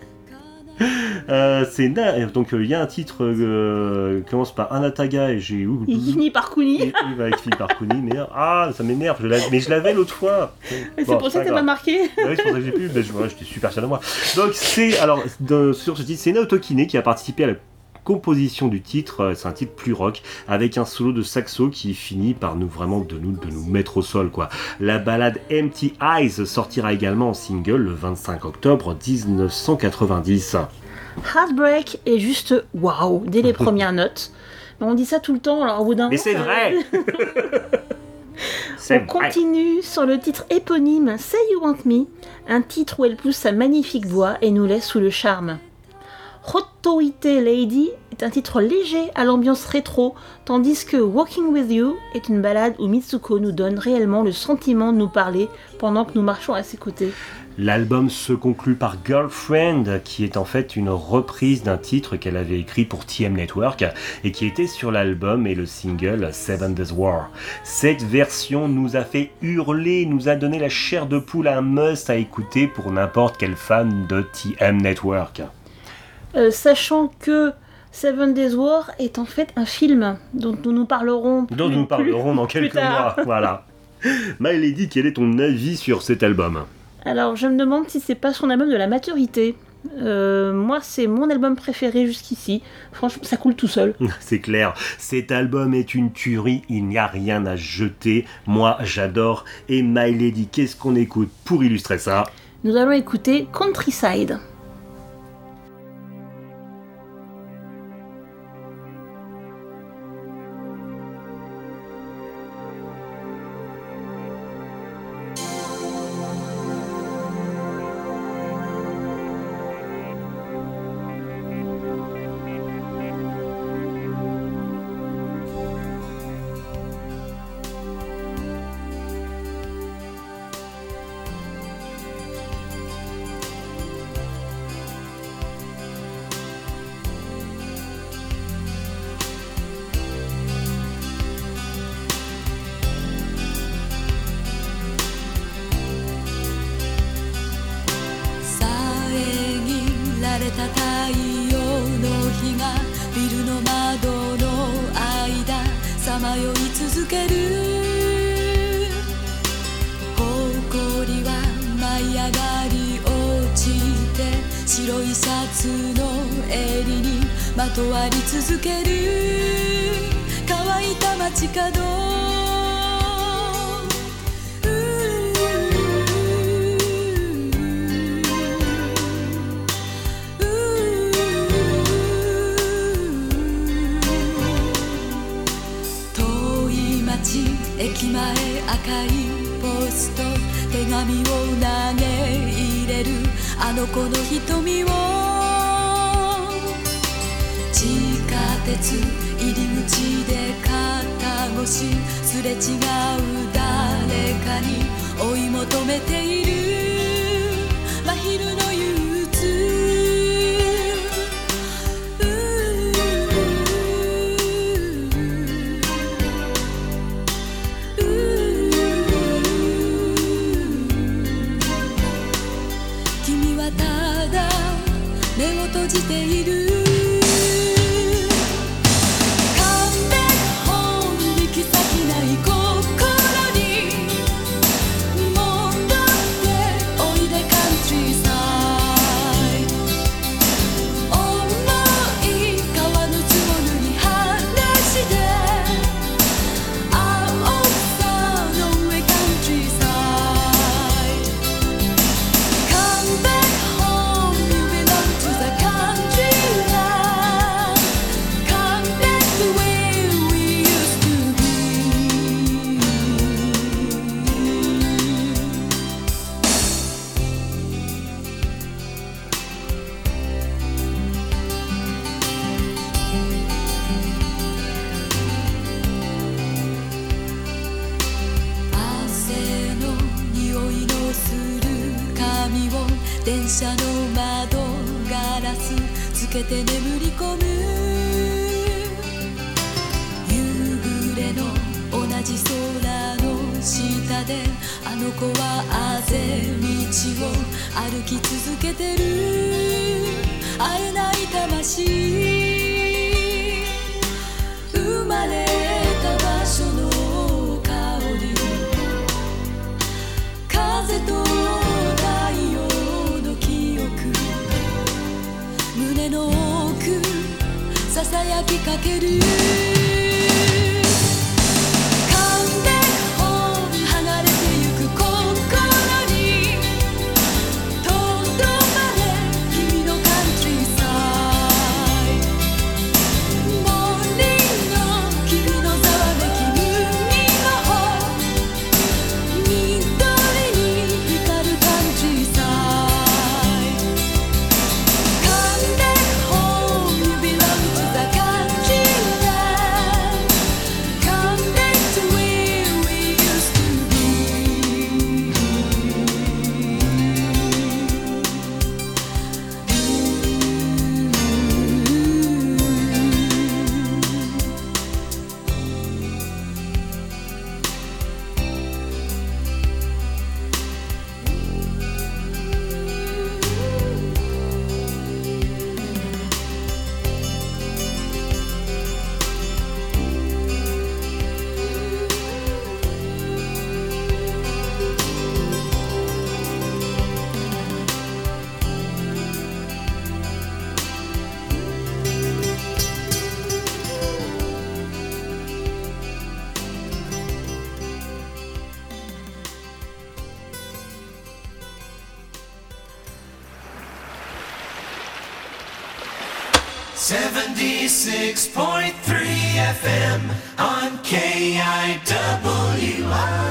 Euh, c'est na- donc il euh, y a un titre euh, qui commence par Anataga et j'ai oublié. Il finit par Kuni. Il va avec Philippe Arcouni, mais ah ça m'énerve, je l'avais- mais je l'avais l'autre fois. C'est Bon, pour ça pas que t'as pas grave. marqué. Ouais, c'est pour ça que j'ai pu, mais je- ouais, j'étais super fier de moi. Donc c'est alors de- sur ce titre, c'est Naoto Kine qui a participé à la composition du titre. euh, C'est un titre plus rock avec un solo de saxo qui finit par nous vraiment de nous de nous mettre au sol quoi. La ballade Empty Eyes sortira également en single le vingt-cinq octobre dix-neuf cent quatre-vingt-dix. Heartbreak est juste waouh dès les premières notes. Mais on dit ça tout le temps, alors au bout d'un Mais moment, c'est ça- vrai. On C'est vrai. continue sur le titre éponyme Say You Want Me, un titre où elle pousse sa magnifique voix et nous laisse sous le charme. Hotoite Lady est un titre léger à l'ambiance rétro, tandis que Walking With You est une ballade où Mitsuko nous donne réellement le sentiment de nous parler pendant que nous marchons à ses côtés. L'album se conclut par Girlfriend, qui est en fait une reprise d'un titre qu'elle avait écrit pour T M Network et qui était sur l'album et le single Seven Days War. Cette version nous a fait hurler, nous a donné la chair de poule, un must à écouter pour n'importe quel fan de T M Network. Euh, sachant que Seven Days War est en fait un film dont nous nous parlerons Dont plus- nous parlerons dans plus quelques tard. mois. Voilà. My Lady, quel est ton avis sur cet album ? Alors, je me demande si c'est pas son album de la maturité. Euh, moi, c'est mon album préféré jusqu'ici. Franchement, ça coule tout seul. C'est clair, cet album est une tuerie, il n'y a rien à jeter. Moi, j'adore. Et My Lady, qu'est-ce qu'on écoute pour illustrer ça ? Nous allons écouter Countryside. られた太陽の日がビルの窓の間さまよい続ける埃は舞い上がり落ちて白いシャツの襟にまとわり続ける乾いた街角遠いすと手紙を投げ入れるあの子の瞳を地下鉄入り口で肩越しすれ違う誰かに追い求めている真昼の憂鬱君はただ目を閉じている電車の窓ガラスつけて眠り込む夕暮れの同じ空の下であの子はあぜ道を歩き続けてる会えない魂生まれた場所の香り風と胸の奥ささやきかける seventy-six point three F M on K I W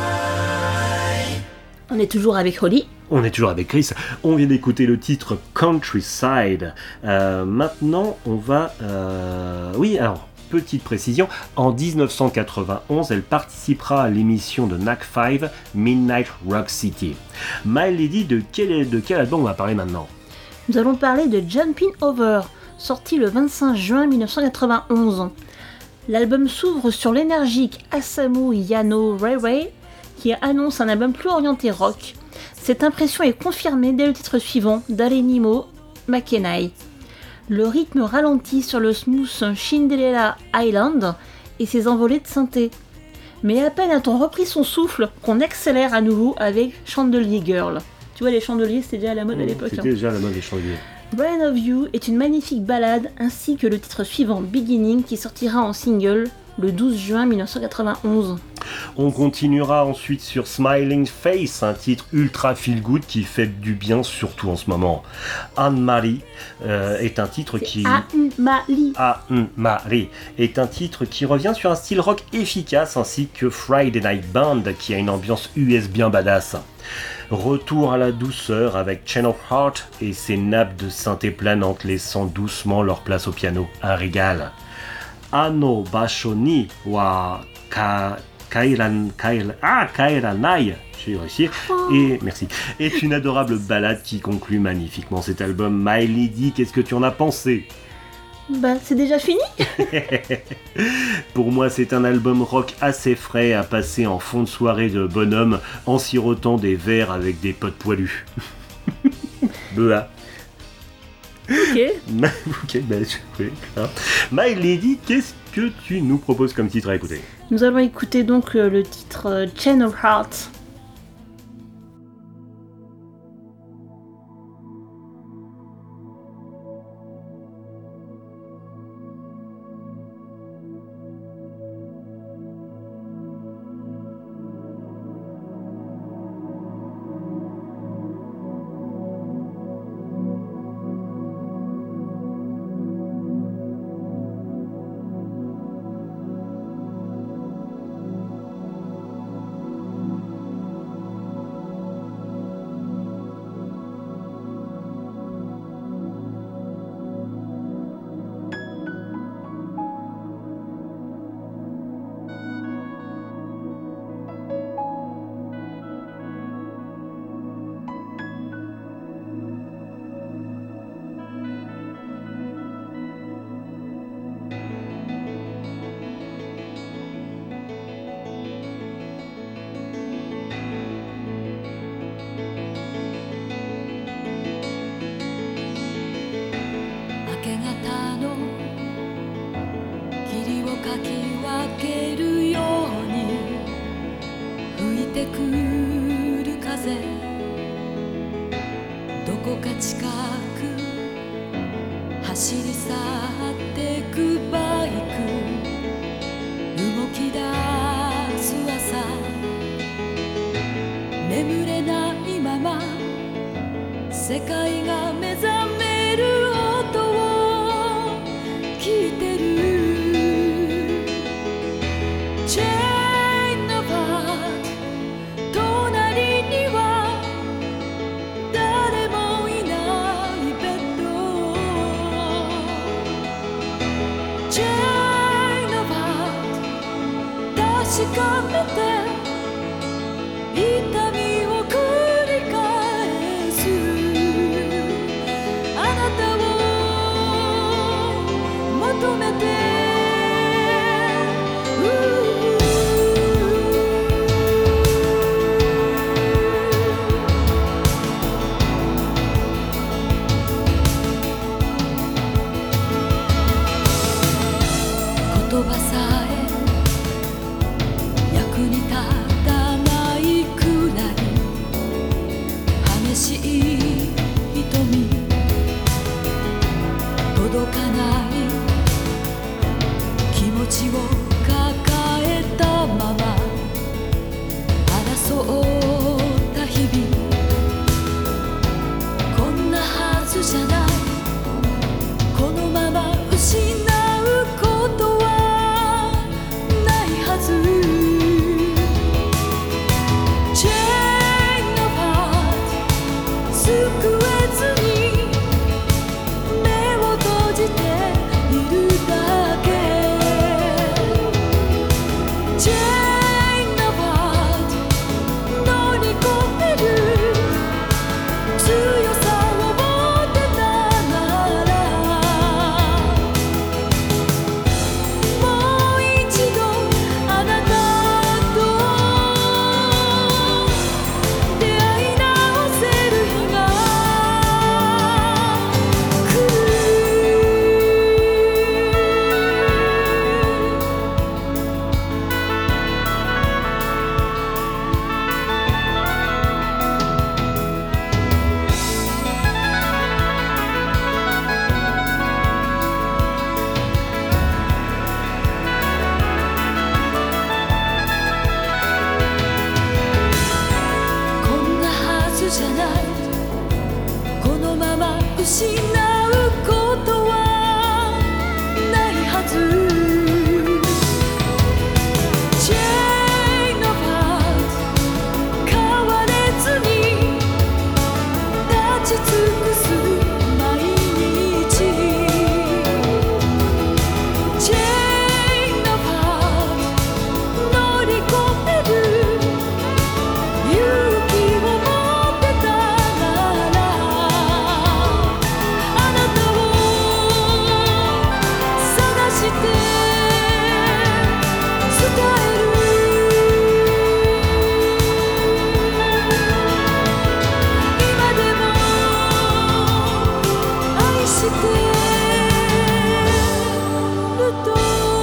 I. On est toujours avec Holly. On est toujours avec Chris. On vient d'écouter le titre Countryside. Euh, maintenant, on va... Euh... Oui, alors... Petite précision, en dix-neuf cent quatre-vingt-onze, elle participera à l'émission de N A C cinq, Midnight Rock City. My Lady, de quel, de quel album on va parler maintenant ? Nous allons parler de Jumpin' Over, sorti le vingt-cinq juin mille neuf cent quatre-vingt-onze. L'album s'ouvre sur l'énergique Asamu Yano Railway, qui annonce un album plus orienté rock. Cette impression est confirmée dès le titre suivant, d'Alenimo Makenai. Le rythme ralentit sur le smooth Cinderella Island et ses envolées de synthé. Mais à peine a-t-on repris son souffle qu'on accélère à nouveau avec Chandelier Girl. Tu vois, les chandeliers, c'était déjà à la mode à l'époque. C'était hein. déjà à la mode, les chandeliers. Brain of You est une magnifique ballade ainsi que le titre suivant, Beginning, qui sortira en single le douze juin mille neuf cent quatre-vingt-onze. On continuera ensuite sur Smiling Face, un titre ultra feel good qui fait du bien, surtout en ce moment. Anne-Marie euh, est un titre C'est qui... Anne-Marie. Anne-Marie est un titre qui revient sur un style rock efficace, ainsi que Friday Night Band qui a une ambiance U S bien badass. Retour à la douceur avec Chain of Heart et ses nappes de synthé planantes laissant doucement leur place au piano. Un régal. Ano Basho ni wa ka... Kairan, Kairan, ah, Kairanai, j'ai réussi, et merci, est une adorable ballade qui conclut magnifiquement cet album. My Lady, qu'est-ce que tu en as pensé? Bah, c'est déjà fini. Pour moi, c'est un album rock assez frais à passer en fond de soirée de bonhomme en sirotant des verres avec des potes poilus. Beuh. Ok. Ok, bah, oui, hein. My Lady, qu'est-ce que tu nous proposes comme titre à écouter? Nous allons écouter donc euh, le titre euh, Chain of Heart. 走り去ってくバイク動き出す朝眠れないまま世界が目覚める音を聞いてる Chain of Heart 隣には誰もいないベッド Chain of Heart 確かめて痛みを繰り返すあなたを求めて言葉さえ役に立たないくらい激しい瞳届かない気持ちを抱えたまま争った日々こんなはずじゃないこのまま失うことはないはず Chain of Heart 救えずに目を閉じているだけ Chain of Heart 乗り越える強さを持ってたならもう一度あなたと出会い直せる日が失うことはないはず Chain of heart 変われずに立ち尽くす毎日 Chain of heart 乗り越える勇気を持ってたならあなたを探して伝える今でも愛してると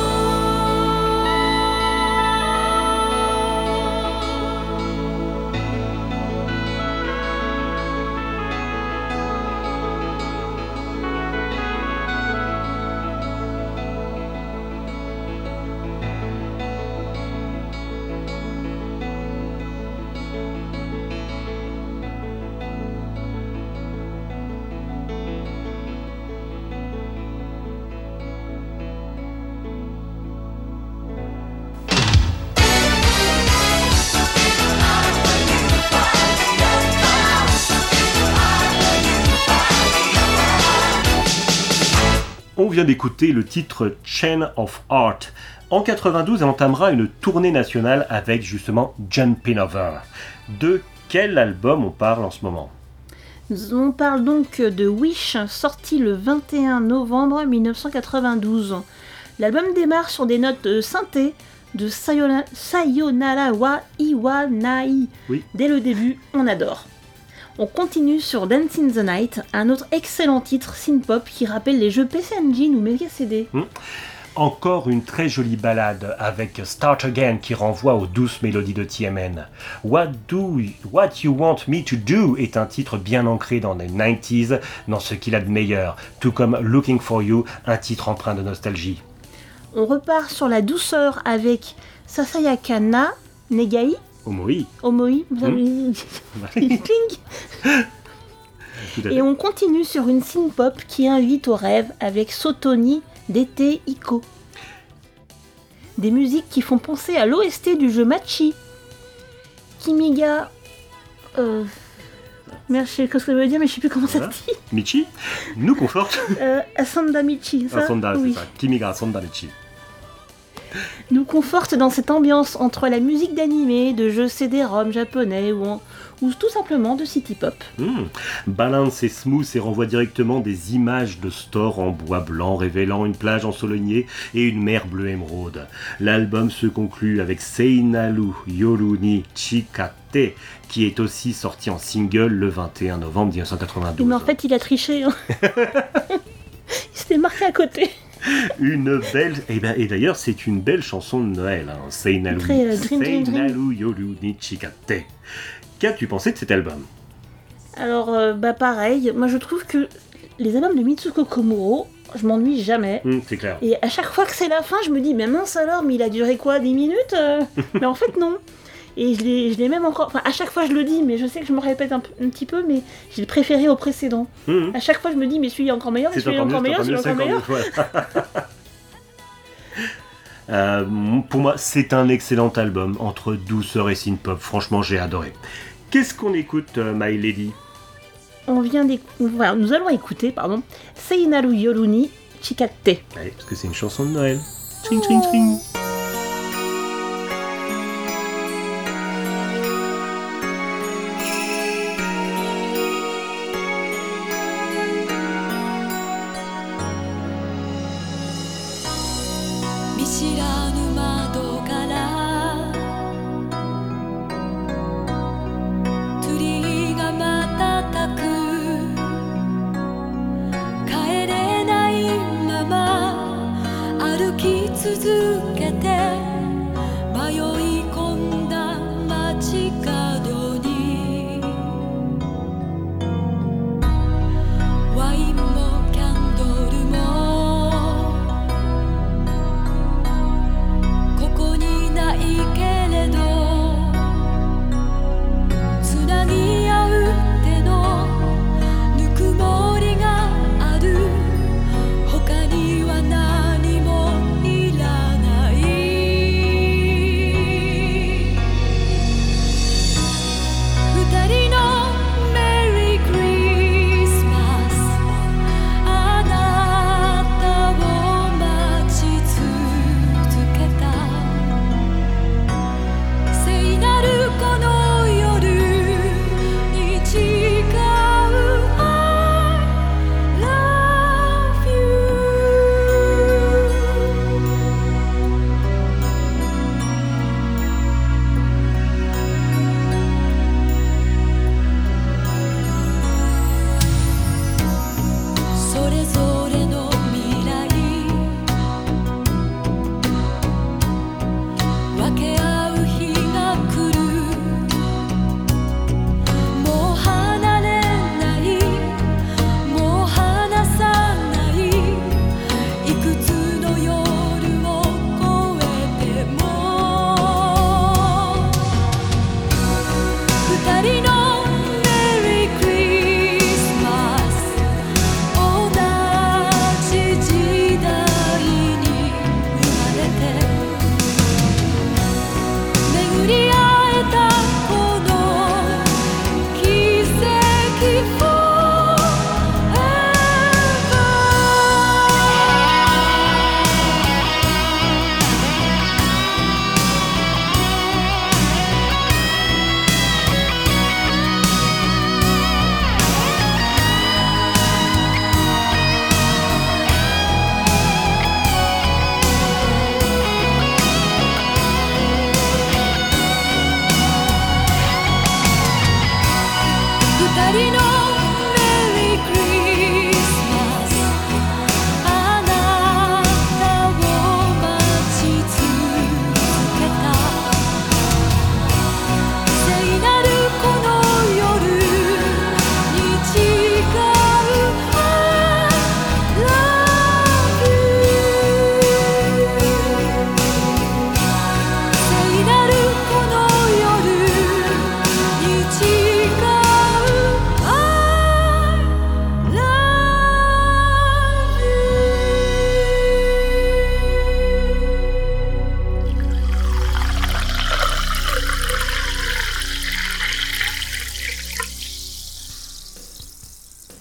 On vient d'écouter le titre Chain of Heart. En quatre-vingt-douze, elle entamera une tournée nationale avec justement Jumpin' Over. De quel album on parle en ce moment ? On parle donc de Wish, sorti le vingt et un novembre mille neuf cent quatre-vingt-douze. L'album démarre sur des notes de synthé de Sayona- Sayonara wa Iwanai. Oui. Dès le début, on adore. On continue sur Dance in the Night, un autre excellent titre synth-pop qui rappelle les jeux P C Engine ou Mega C D. Encore une très jolie ballade avec Start Again qui renvoie aux douces mélodies de T M N. What Do What You Want Me To Do est un titre bien ancré dans les quatre-vingt-dix, dans ce qu'il a de meilleur, tout comme Looking For You, un titre empreint de nostalgie. On repart sur la douceur avec Sasayaka na Negai, Omoi. Omoi, vous avez... Cling. Tout à fait. Et on continue sur une synth-pop qui invite au rêve avec Sotoni d'été Iko. Des musiques qui font penser à l'O S T du jeu Machi. Kimiga... Euh... Merde, je sais ce que ça veut dire, mais je sais plus comment Voilà. ça se dit. Michi nous conforte. Euh, Asanda Michi, ça Asanda, Oui. c'est ça. Kimiga Asanda Michi. Nous conforte dans cette ambiance entre la musique d'animé, de jeux C D-ROM japonais ou, en- ou tout simplement de city pop. Hmm. Balance et smooth et renvoie directement des images de store en bois blanc révélant une plage ensoleillée et une mer bleue émeraude. L'album se conclut avec Seinaru Yoru ni Chikate qui est aussi sorti en single le vingt et un novembre mille neuf cent quatre-vingt-douze. Mais en fait, il a triché. hein. il s'était marqué à côté. Une belle... Et, ben, et d'ailleurs, c'est une belle chanson de Noël. Hein. Seinaru, Très, euh, dream, dream, dream. Seinaru Yoru ni Chikate. Qu'as-tu pensé de cet album ? Alors, euh, bah pareil, moi je trouve que les albums de Mitsuko Komuro, je m'ennuie jamais. Hmm, c'est clair. Et à chaque fois que c'est la fin, je me dis, mais mince alors, mais il a duré quoi, dix minutes euh Mais en fait, non. Et je l'ai, je l'ai même encore... Enfin, à chaque fois, je le dis, mais je sais que je me répète un, p- un petit peu, mais j'ai préféré au précédent. Hmm. À chaque fois, je me dis, mais celui-là est encore meilleur, mais C'est celui-là est encore mieux, encore c'est meilleur, encore celui-là mieux, est c'est encore encore meilleur. mieux. Voilà. Euh, pour moi, c'est un excellent album entre douceur et synth-pop. Franchement, j'ai adoré. Qu'est-ce qu'on écoute, euh, My Lady ? On vient d'éc- voilà, nous allons écouter, pardon, Seinaru Yoru ni Chikate. Allez, parce que c'est une chanson de Noël. Tring, tring, tring. 見知らぬ窓から鳥が瞬く帰れないまま歩き続けて迷い込んだ街角にワインもキャンドルもここにないけれどつなぎ合う手のぬくもりが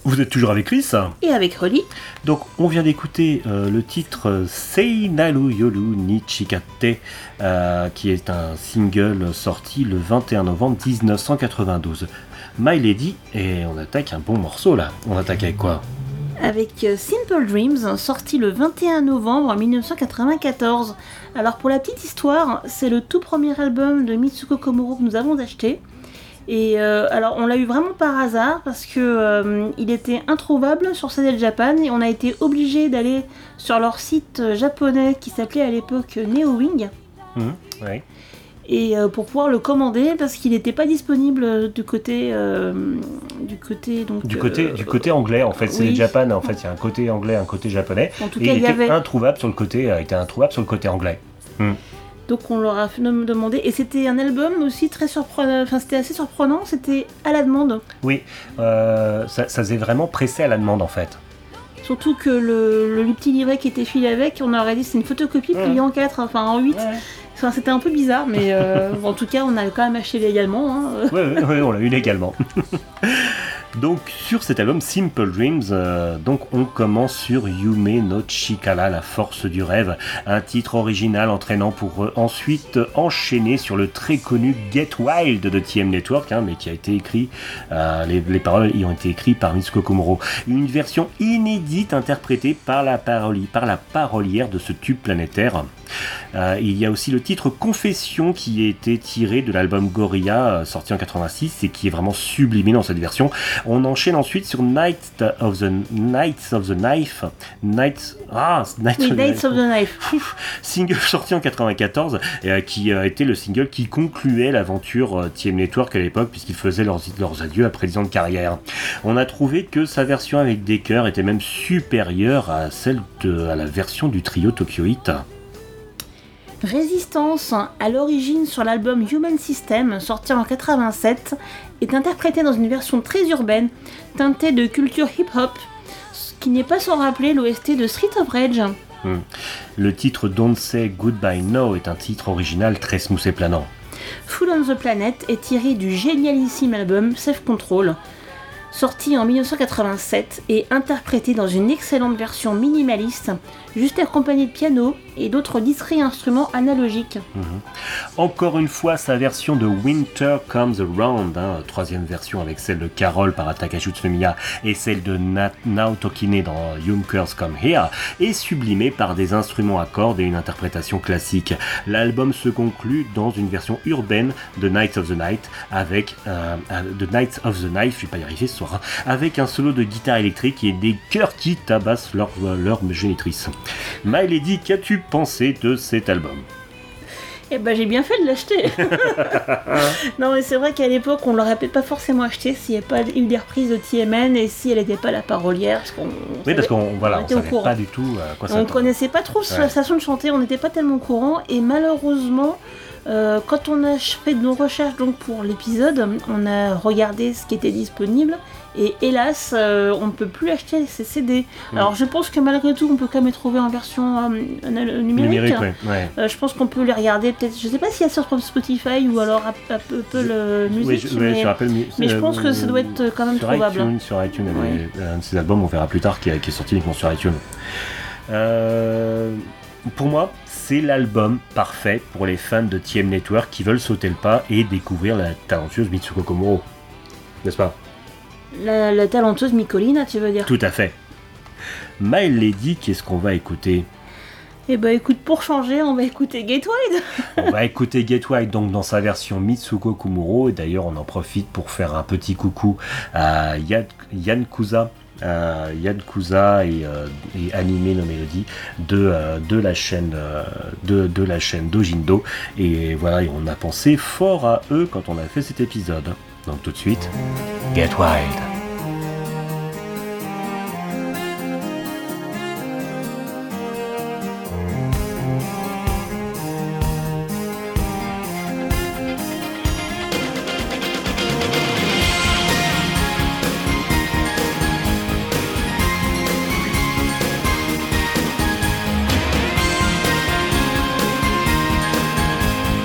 Vous êtes toujours avec Chris. Et avec Rolly. Donc on vient d'écouter euh, le titre Sei Naru Yoru ni Chikate, euh, qui est un single sorti le vingt et un novembre dix-neuf cent quatre-vingt-douze. My Lady, et on attaque un bon morceau là. On attaque avec quoi? Avec euh, Simple Dreams, sorti le vingt et un novembre mille neuf cent quatre-vingt-quatorze. Alors pour la petite histoire, c'est le tout premier album de Mitsuko Komuro que nous avons acheté. Et euh, alors on l'a eu vraiment par hasard parce que euh, il était introuvable sur C D Japan et on a été obligé d'aller sur leur site japonais qui s'appelait à l'époque NeoWing. Mmh, ouais. Et euh, pour pouvoir le commander parce qu'il n'était pas disponible du côté euh, du côté donc du côté euh, du côté anglais en fait. C'est oui. le Japan en fait. Il y a un côté anglais, un côté japonais. En tout et cas, il il y était avait introuvable sur le côté, euh, était introuvable sur le côté anglais. Mmh. Donc on leur a fait me demander et c'était un album aussi très surprenant. Enfin c'était assez surprenant. C'était à la demande. Oui, euh, ça, ça faisait vraiment pressé à la demande en fait. Surtout que le, le petit livret qui était filé avec, on aurait dit c'est une photocopie Mmh. pliée en quatre, enfin en huit. Ouais. Enfin, c'était un peu bizarre, mais euh, en tout cas, on a quand même acheté légalement. Hein. Oui, oui, oui, on l'a eu légalement. Donc, sur cet album Simple Dreams, euh, donc on commence sur Yume no Chikara, la force du rêve, un titre original entraînant pour euh, ensuite enchaîner sur le très connu Get Wild de T M Network, hein, mais qui a été écrit, euh, les, les paroles y ont été écrites par Mitsuko Komuro. Une version inédite interprétée par la, paroli, par la parolière de ce tube planétaire. Euh, il y a aussi le titre Confession qui a été tiré de l'album Gorilla euh, sorti en quatre-vingt-six et qui est vraiment sublimé dans cette version. On enchaîne ensuite sur Night of the Knights of the Knife, Nights ah Night Oui, of the Knights of the Knife. Ouf, single sorti en quatre-vingt-quatorze et euh, qui a été le single qui concluait l'aventure euh, T M Network à l'époque puisqu'ils faisaient leurs, leurs adieux après dix ans de carrière. On a trouvé que sa version avec des chœurs était même supérieure à celle de à la version du trio Tokyo Heat. Résistance, à l'origine sur l'album Human System, sorti en quatre-vingt-sept, est interprété dans une version très urbaine, teintée de culture hip-hop, ce qui n'est pas sans rappeler l'O S T de Street of Rage. Hmm. Le titre Don't Say Goodbye Now est un titre original très smooth et planant. Full on the Planet est tiré du génialissime album Self Control, sorti en mille neuf cent quatre-vingt-sept et interprété dans une excellente version minimaliste, juste accompagné de piano et d'autres discrets instruments analogiques. Mmh. Encore une fois, sa version de Winter Comes Around, hein, troisième version avec celle de Carol par Takashi Utsunomiya et celle de Na- Nao Tokine dans Yonkers Come Here, est sublimée par des instruments à cordes et une interprétation classique. L'album se conclut dans une version urbaine de Nights of the Night avec euh, de Nights of the Knife, je vais pas y arriver ce soir, hein, avec un solo de guitare électrique et des chœurs qui tabassent leur, leur génitrice. My Lady, qu'as-tu pensé de cet album ? Eh ben j'ai bien fait de l'acheter. Non mais c'est vrai qu'à l'époque on l'aurait peut-être pas forcément acheté s'il n'y avait pas eu des reprises de T M N et si elle n'était pas la parolière. Parce qu'on, on Oui, savait, parce qu'on voilà, on on était au savait courant. pas du tout euh, quoi ça On donne. connaissait pas trop sa Ouais. façon de chanter, on n'était pas tellement au courant et malheureusement euh, quand on a fait nos recherches donc pour l'épisode, on a regardé ce qui était disponible et hélas euh, on ne peut plus acheter ces C D. Mm. Alors je pense que malgré tout on peut quand même les trouver en version euh, numérique. Numérique, ouais. ouais. Euh, je pense qu'on peut les regarder peut-être, je sais pas s'il y a sur Spotify ou alors Apple le musique, Oui, je, ouais, mais, je rappelle, mais je euh, pense que ça doit être quand même sur trouvable. iTunes, sur iTunes, Ouais. il y a un de ces albums, on verra plus tard, qui, est- qui est sorti uniquement sur iTunes. Euh, pour moi, c'est l'album parfait pour les fans de T M Network qui veulent sauter le pas et découvrir la talentueuse Mitsuko Komuro. N'est-ce pas ? La, la talentueuse Mikolina, tu veux dire. Tout à fait. My Lady, qu'est-ce qu'on va écouter ? Eh ben écoute, pour changer, on va écouter Gateway. On va écouter Get Wild donc dans sa version Mitsuko Komuro et d'ailleurs on en profite pour faire un petit coucou à Yan, Yan Kuza, euh, Yan Kuza et, euh, et Anime no Melody de, euh, de la chaîne euh, de, de la chaîne Dojindo et voilà et on a pensé fort à eux quand on a fait cet épisode. Donc tout de suite, Get Wild.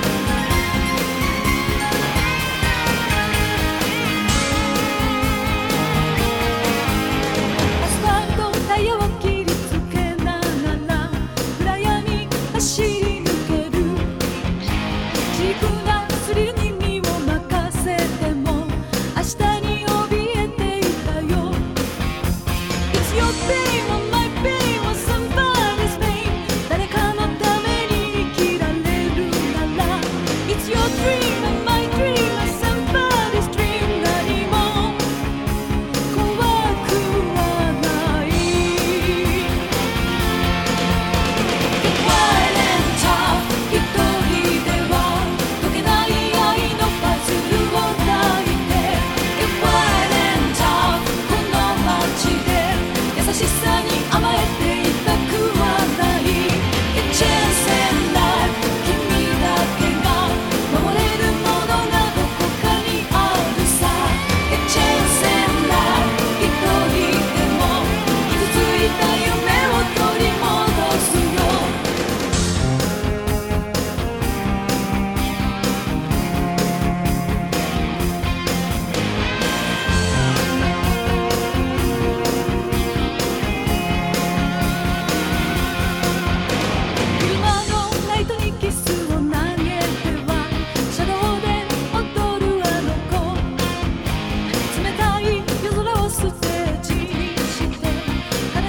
「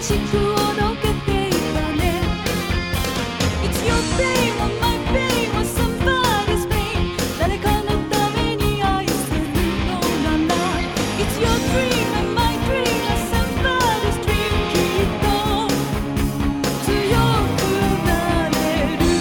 しくおどけていたね It's your pain or my pain or somebody's pain 誰かのために愛せるのだな It's your dream and my dream or somebody's dream きっと強くなれる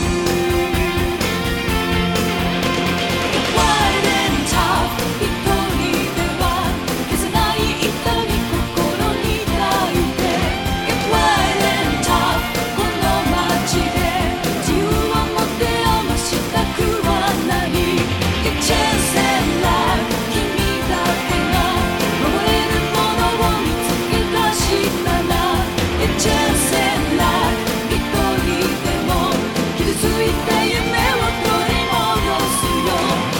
Get wild and tough 一人では消せない痛み心に抱いて Get wild and tough この街で自由を持て余したくはない Get chance and life 君だけが守れるものを見つけ出したら Get chance and life 一人でも傷ついた夢を取り戻すよ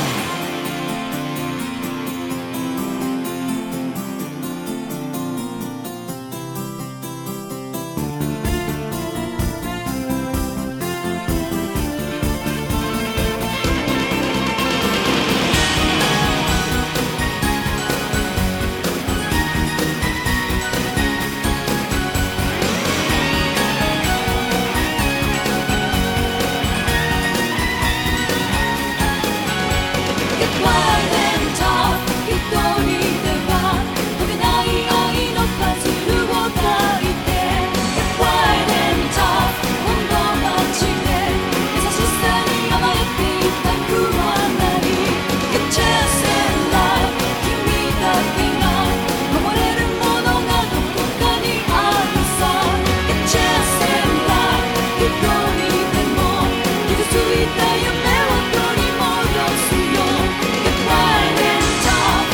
Get wild and tough 一人では解けない愛のパズルを抱いて Get wild and tough この街で優しさに甘えていたくはない Get chance and life 君だけが守れるものがどこかにあるさ Get chance and life 一人でも傷ついた夢を取り戻すよ Get wild and tough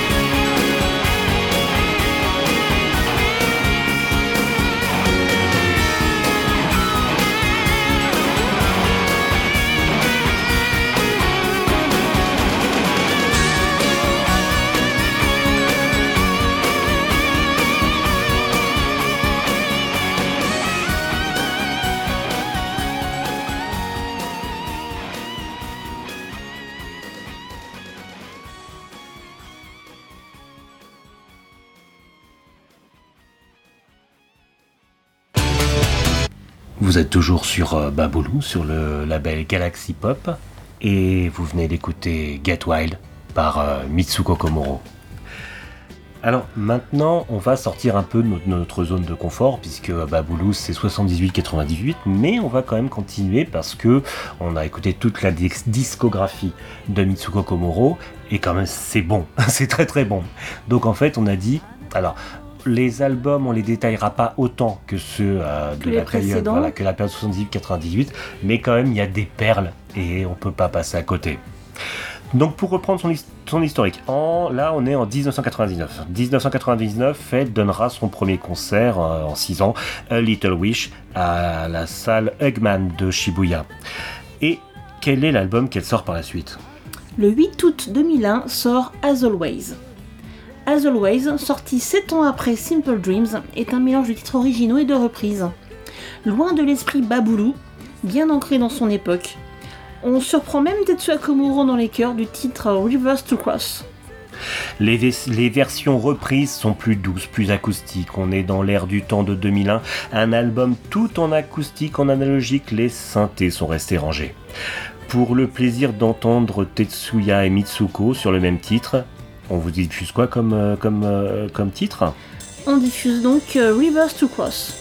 Vous êtes toujours sur euh, Baboulou, sur le label Galaxy Pop, et vous venez d'écouter Get Wild par euh, Mitsuko Komuro. Alors maintenant, on va sortir un peu de notre, notre zone de confort, puisque euh, Baboulou c'est soixante-dix-huit quatre-vingt-dix-huit, mais on va quand même continuer parce que on a écouté toute la dis- discographie de Mitsuko Komuro, et quand même c'est bon, c'est très très bon. Donc en fait, on a dit, alors... Les albums, on les détaillera pas autant que ceux euh, de les la période, précédents. voilà, que la période soixante-dix-huit quatre-vingt-dix-huit, mais quand même il y a des perles et on peut pas passer à côté. Donc pour reprendre son, his- son historique, en, là on est en dix-neuf cent quatre-vingt-dix-neuf. dix-neuf cent quatre-vingt-dix-neuf, Fate donnera son premier concert euh, en six ans, A Little Wish, à la salle Eggman de Shibuya. Et quel est l'album qu'elle sort par la suite ? Le huit août deux mille un sort As Always. As Always, sorti sept ans après Simple Dreams, est un mélange de titres originaux et de reprises. Loin de l'esprit Baboulou, bien ancré dans son époque. On surprend même Tetsuya Komuro dans les chœurs du titre Rivers to Cross. Les, ves- les versions reprises sont plus douces, plus acoustiques. On est dans l'ère du temps de deux mille un. Un album tout en acoustique, en analogique, les synthés sont restés rangés. Pour le plaisir d'entendre Tetsuya et Mitsuko sur le même titre, on vous diffuse quoi comme, euh, comme, euh, comme titre ? On diffuse donc euh, Rivers to Cross.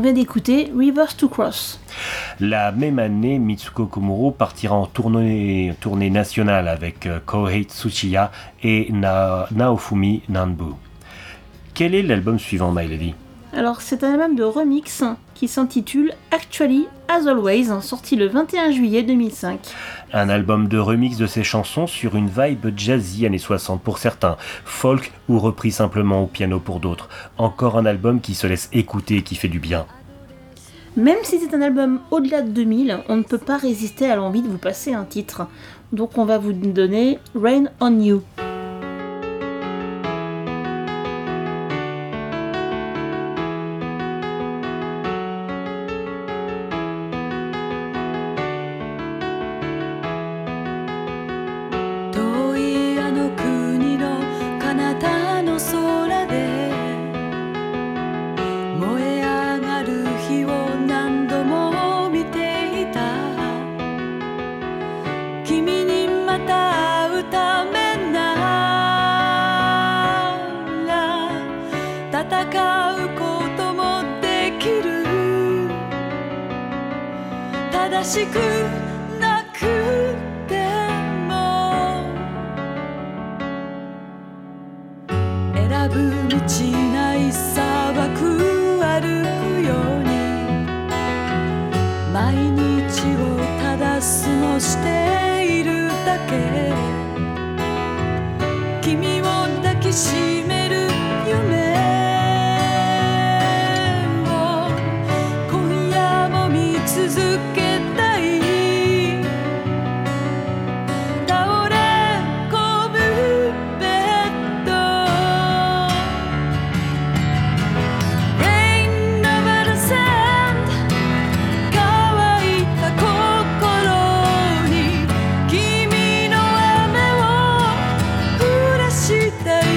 vient d'écouter Rivers to Cross. La même année, Mitsuko Komuro partira en tournée, tournée nationale avec euh, Kohei Tsuchiya et Na- Naofumi Nanbu. Quel est l'album suivant, My Lady ? Alors, c'est un album de remix qui s'intitule Actually As Always, sorti le vingt et un juillet deux mille cinq. Un album de remix de ses chansons sur une vibe jazzy années soixante pour certains, folk ou repris simplement au piano pour d'autres. Encore un album qui se laisse écouter et qui fait du bien. Même si c'est un album au-delà de deux mille, on ne peut pas résister à l'envie de vous passer un titre. Donc on va vous donner Rain on You. 遠いあの国の彼方の空で燃え上がる日を何度も見ていた君にまた会うためなら戦うこともできる正しくなくても選ぶ道ない砂漠歩くように毎日をただ過ごしているだけ君を抱きしめる夢を今夜も見続けたい倒れ込むベッド Rain over the sand 乾いた心に君の雨を降らしたい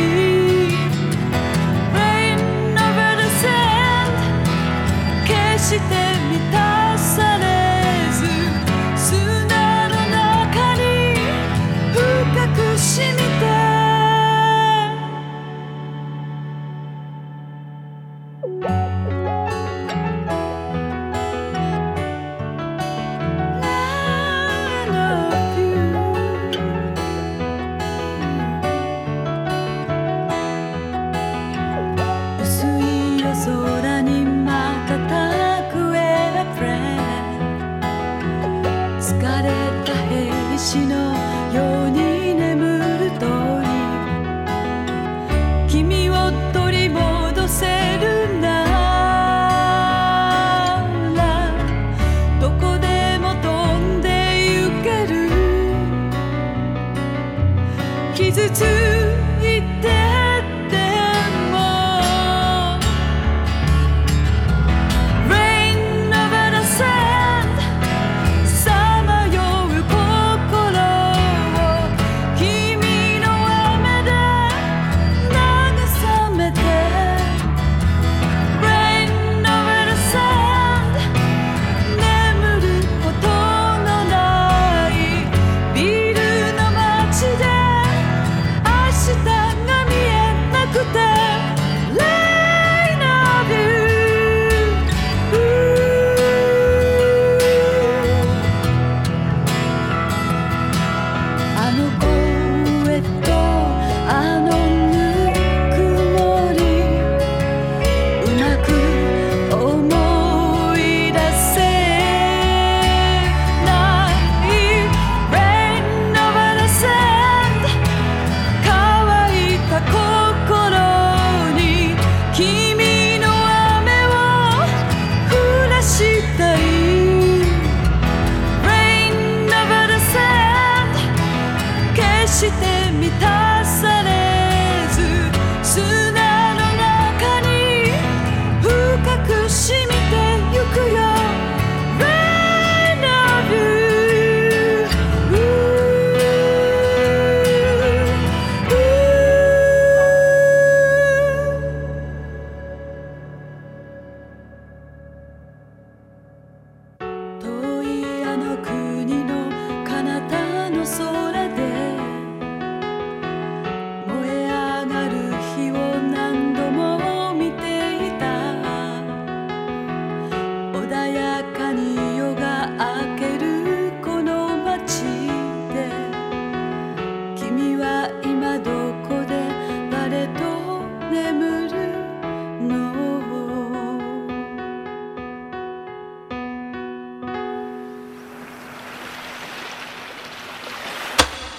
Rain over the sand 決して満たされず砂の中に深く染みて薄い夜空に瞬く笑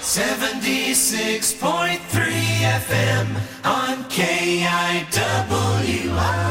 seventy-six point three F M on K I W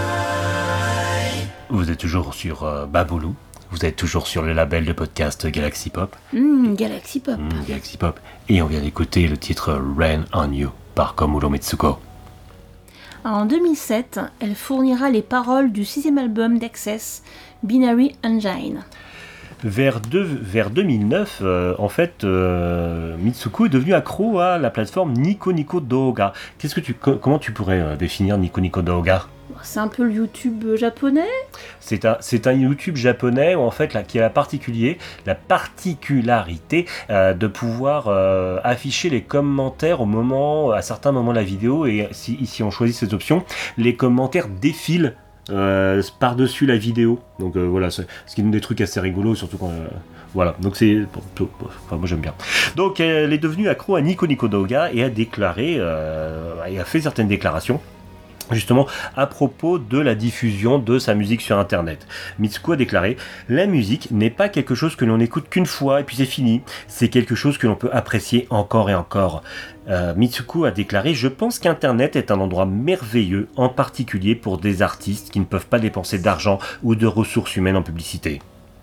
I. Vous êtes toujours sur euh, Baboulou, vous êtes toujours sur le label de podcast Galaxy Pop. Mmh, Galaxy Pop. Mmh, Galaxy Pop. Et on vient d'écouter le titre Rain on You par Komuro Mitsuko. Alors, en deux mille sept, elle fournira les paroles du sixième album d'Access, Binary Engine. Vers, deux, vers deux mille neuf, euh, en fait, euh, Mitsuko est devenu accro à la plateforme Nico Nico Douga. Qu'est-ce que tu, co- comment tu pourrais euh, définir Nico Nico Douga ? C'est un peu le YouTube japonais. C'est un, c'est un YouTube japonais où, en fait, là, qui a la, particulier, la particularité euh, de pouvoir euh, afficher les commentaires au moment, à certains moments de la vidéo. Et si, si on choisit cette option, les commentaires défilent Euh, par-dessus la vidéo, donc euh, voilà, c'est, ce qui donne des trucs assez rigolos, surtout quand euh, voilà, donc c'est, enfin moi j'aime bien. Donc elle est devenue accro à Nico Nico Douga et a déclaré, euh, et a fait certaines déclarations justement à propos de la diffusion de sa musique sur internet. Mitsuko a déclaré: la musique n'est pas quelque chose que l'on écoute qu'une fois et puis c'est fini, c'est quelque chose que l'on peut apprécier encore et encore. Euh, Mitsuko a déclaré: je pense qu'internet est un endroit merveilleux, en particulier pour des artistes qui ne peuvent pas dépenser d'argent ou de ressources humaines en publicité.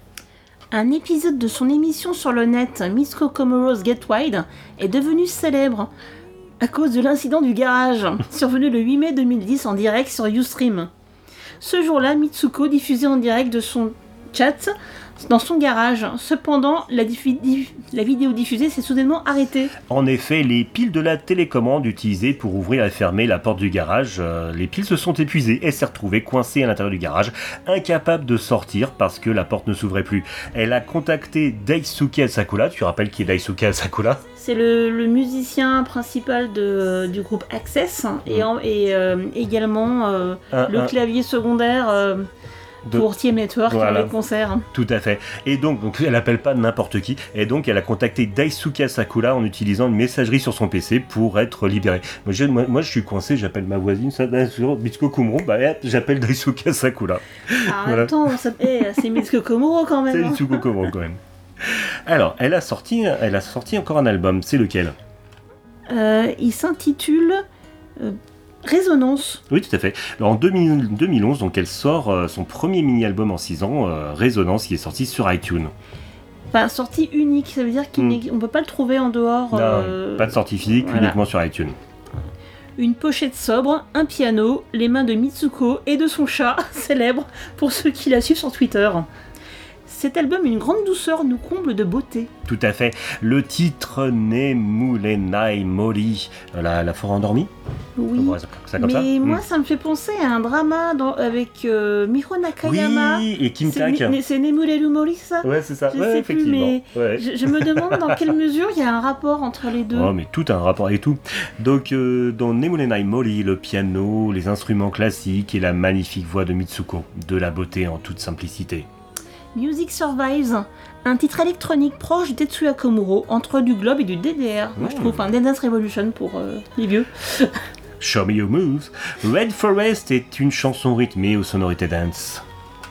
Un épisode de son émission sur le net, Mitsuko Komoro's Get Wide, est devenu célèbre à cause de l'incident du garage, survenu le huit mai deux mille dix en direct sur Ustream. Ce jour-là, Mitsuko diffusait en direct de son chat dans son garage. Cependant, la, diffu- diff- la vidéo diffusée s'est soudainement arrêtée. En effet, les piles de la télécommande utilisées pour ouvrir et fermer la porte du garage, euh, les piles se sont épuisées et s'est retrouvée coincée à l'intérieur du garage, incapable de sortir parce que la porte ne s'ouvrait plus. Elle a contacté Daisuke Asakura. Tu rappelles qui est Daisuke Asakura ? C'est le, le musicien principal de, du groupe Access et, en- et euh, également euh, Un- le un- clavier secondaire euh, de- pour T M Network Voilà. pour les concerts. Tout à fait. Et donc, donc elle appelle pas n'importe qui. Et donc, elle a contacté Daisuke Asakura en utilisant une messagerie sur son P C pour être libérée. Moi, je, moi, moi, je suis coincé, j'appelle ma voisine, ça, sur Mitsuko Komuro, bah, hop, j'appelle Daisuke Asakura. Ah, Voilà. attends, ça, eh, c'est Mitsuko Komuro quand même. C'est hein. Mitsuko Komuro quand même. Alors, elle a sorti, elle a sorti encore un album. C'est lequel ? Euh, il s'intitule euh, Résonance. Oui, tout à fait. Alors, en deux mille, deux mille onze, donc, elle sort euh, son premier mini-album en six ans, euh, Résonance, qui est sorti sur iTunes. Enfin, sortie unique, ça veut dire qu'on Mm. ne peut pas le trouver en dehors. Non, euh, pas de sortie physique, voilà. uniquement sur iTunes. Une pochette sobre, un piano, les mains de Mitsuko et de son chat, célèbre pour ceux qui la suivent sur Twitter. Cet album, une grande douceur, nous comble de beauté. Tout à fait. Le titre Nemurenai Mori, la, la forêt endormie. Oui. On pourrait dire ça comme Mais ça. moi, Mm. ça me fait penser à un drama dans- avec euh, Miho Nakayama. Oui, et Kim C'est Tak. Ne- C'est Nemureru Mori, ça Ouais, c'est ça. Je Ouais, sais plus, effectivement. mais Ouais. je, je me demande dans quelle mesure il y a un rapport entre les deux. Oh, mais tout a un rapport et tout. Donc, euh, dans Nemurenai Mori, le piano, les instruments classiques et la magnifique voix de Mitsuko, de la beauté en toute simplicité. Music Survives, un titre électronique proche de Tetsuya Komuro, entre du globe et du D D R, moi je Mmh. trouve, enfin Dance Revolution pour euh, les vieux. Show me your moves. Red Forest est une chanson rythmée aux sonorités dance.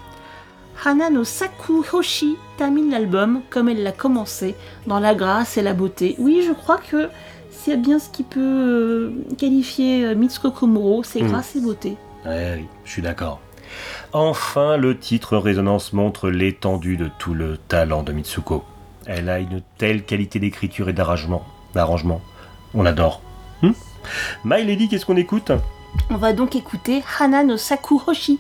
Hana no Saku Hoshi termine l'album comme elle l'a commencé, dans la grâce et la beauté. Oui, je crois que s'il y a bien ce qui peut euh, qualifier euh, Mitsuko Komuro, c'est Mmh. grâce et beauté. Ouais, oui, je suis d'accord. Enfin, le titre Résonance montre l'étendue de tout le talent de Mitsuko. Elle a une telle qualité d'écriture et d'arrangement. d'arrangement. On adore. Hmm My Lady, qu'est-ce qu'on écoute ? On va donc écouter Hana no Saku Hoshi.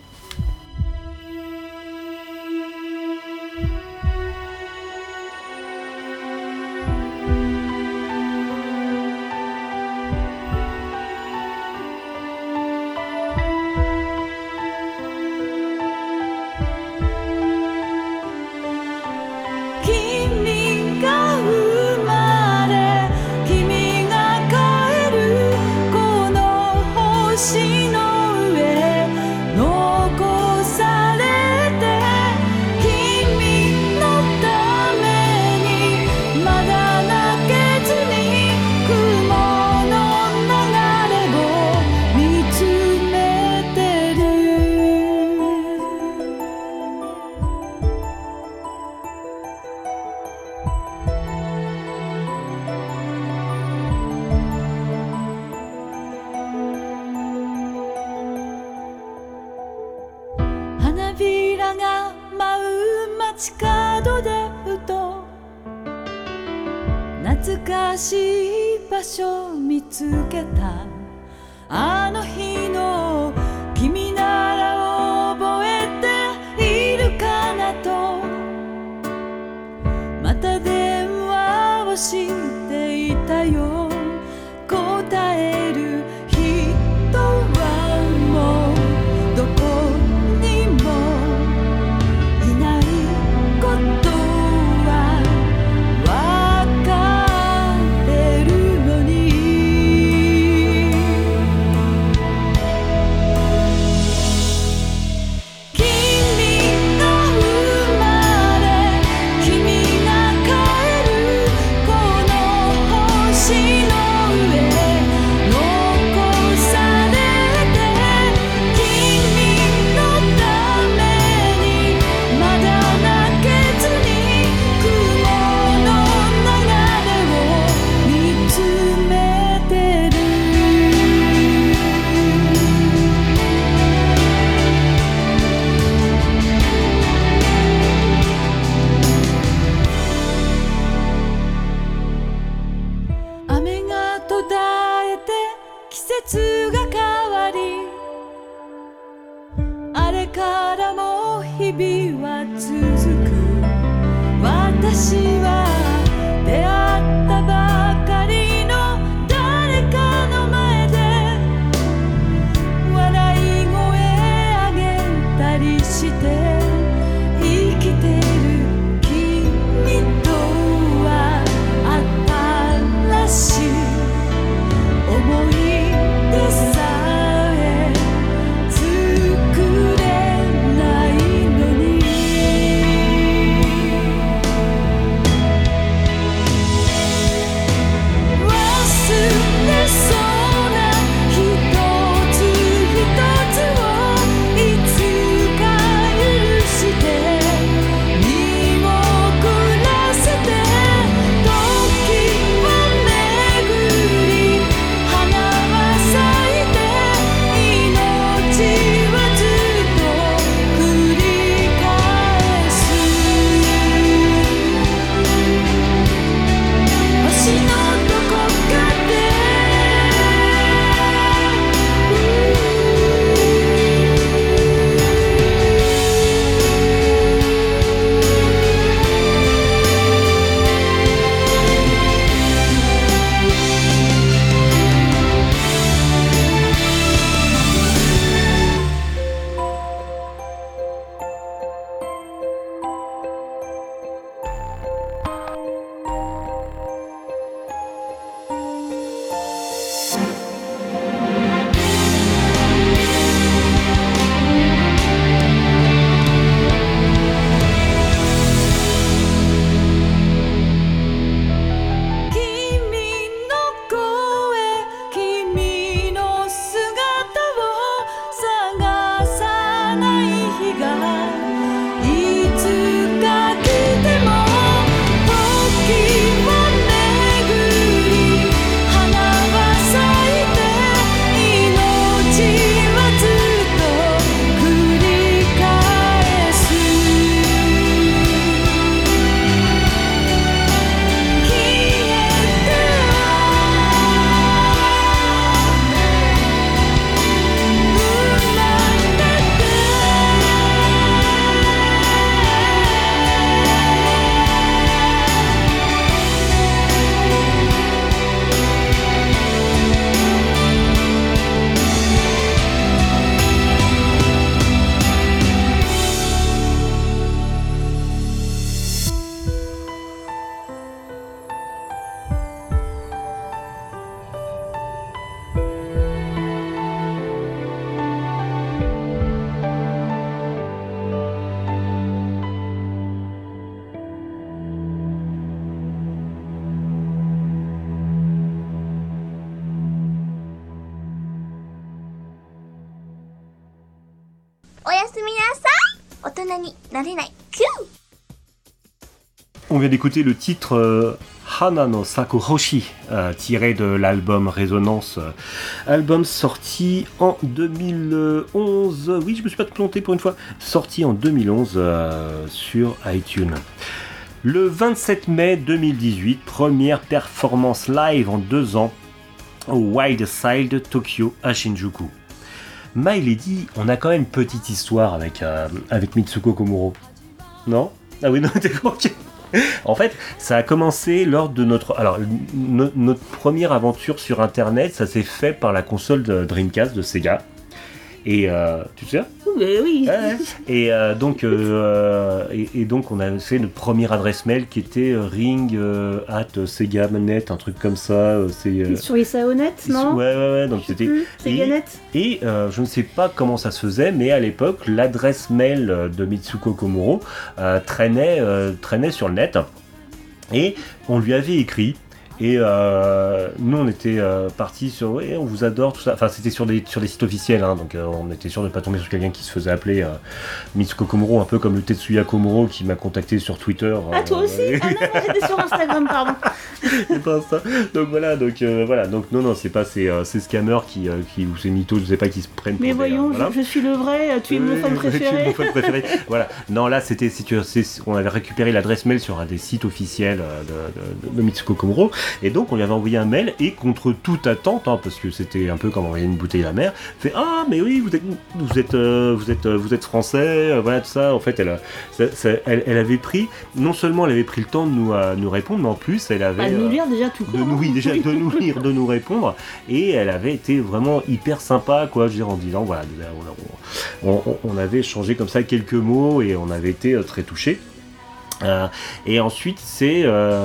君が生まれ君が帰るこの星の上登街角でふと懐かしい場所見つけたあの日の君なら覚えているかなとまた電話をしていたよ答える人はもうどこにもいないことはわかってるのに君が生まれ君が帰るこの星の雨が途絶えて季節が変わりあれからも日々は続く私は出会ったばかりの誰かの前で笑い声あげたりして生きてる君とは新しい思い出さえ作れないのにおやすみなさい。大人になれない。キュー。 On vient d'écouter le titre euh, Hana no Saku Hoshi, euh, tiré de l'album Résonance, euh, album sorti en deux mille onze. Oui, je me suis pas planté pour une fois. Sorti en deux mille onze euh, sur iTunes. Le vingt-sept mai deux mille dix-huit, première performance live en deux ans au Wild Side Tokyo à Shinjuku. My Lady, on a quand même une petite histoire avec, euh, avec Mitsuko Komuro. Non ? Ah oui, non, t'es ok. En fait, ça a commencé lors de notre... Alors, no, notre première aventure sur Internet, ça s'est fait par la console de Dreamcast de Sega. Et euh, tu sais ? Mais oui. Ouais. Et, euh, donc, euh, et, et donc, on a fait notre première adresse mail qui était ring euh, at Sega Manet, un truc comme ça. euh, C'est, euh, Sur Isaonet, non? Ouais, ouais, ouais. Donc, c'était. Seganet. Et, et euh, je ne sais pas comment ça se faisait, mais à l'époque, l'adresse mail de Mitsuko Komuro euh, traînait, euh, traînait sur le net. Et on lui avait écrit. Et euh, nous, on était euh, partis sur ouais, on vous adore, tout ça. Enfin, c'était sur des, sur des sites officiels, hein, donc euh, on était sûr de ne pas tomber sur quelqu'un qui se faisait appeler euh, Mitsuko Komuro, un peu comme le Tetsuya Komuro qui m'a contacté sur Twitter. Ah, toi aussi euh, Ah non, moi j'étais sur Instagram, pardon. C'est pas ça. Donc voilà, donc euh, voilà, donc non, non, c'est pas ces, euh, ces scammers qui, euh, qui ou ces mythos, je sais pas, qui se prennent. Mais pour voyons, des, euh, voilà. je, je suis le vrai, tu es mon Oui, fan oui, tu es préféré. mon fan préféré. Voilà. Non, là, c'était, c'est, c'est, on avait récupéré l'adresse mail sur un des sites officiels euh, de, de, de Mitsuko Komuro, et donc on lui avait envoyé un mail, et contre toute attente, hein, parce que c'était un peu comme envoyer une bouteille à la mer, fait ah mais oui vous êtes vous êtes euh, vous êtes euh, vous êtes français, euh, voilà tout ça. En fait, elle, ça, ça, elle, elle avait pris, non seulement elle avait pris le temps de nous euh, nous répondre, mais en plus elle avait À nous euh, lire déjà tout court. de nous, oui, déjà de nous lire, de nous répondre, et elle avait été vraiment hyper sympa, quoi, je veux dire, en disant voilà, on, on, on, on avait échangé comme ça quelques mots et on avait été euh, très touchés. Euh, et ensuite c'est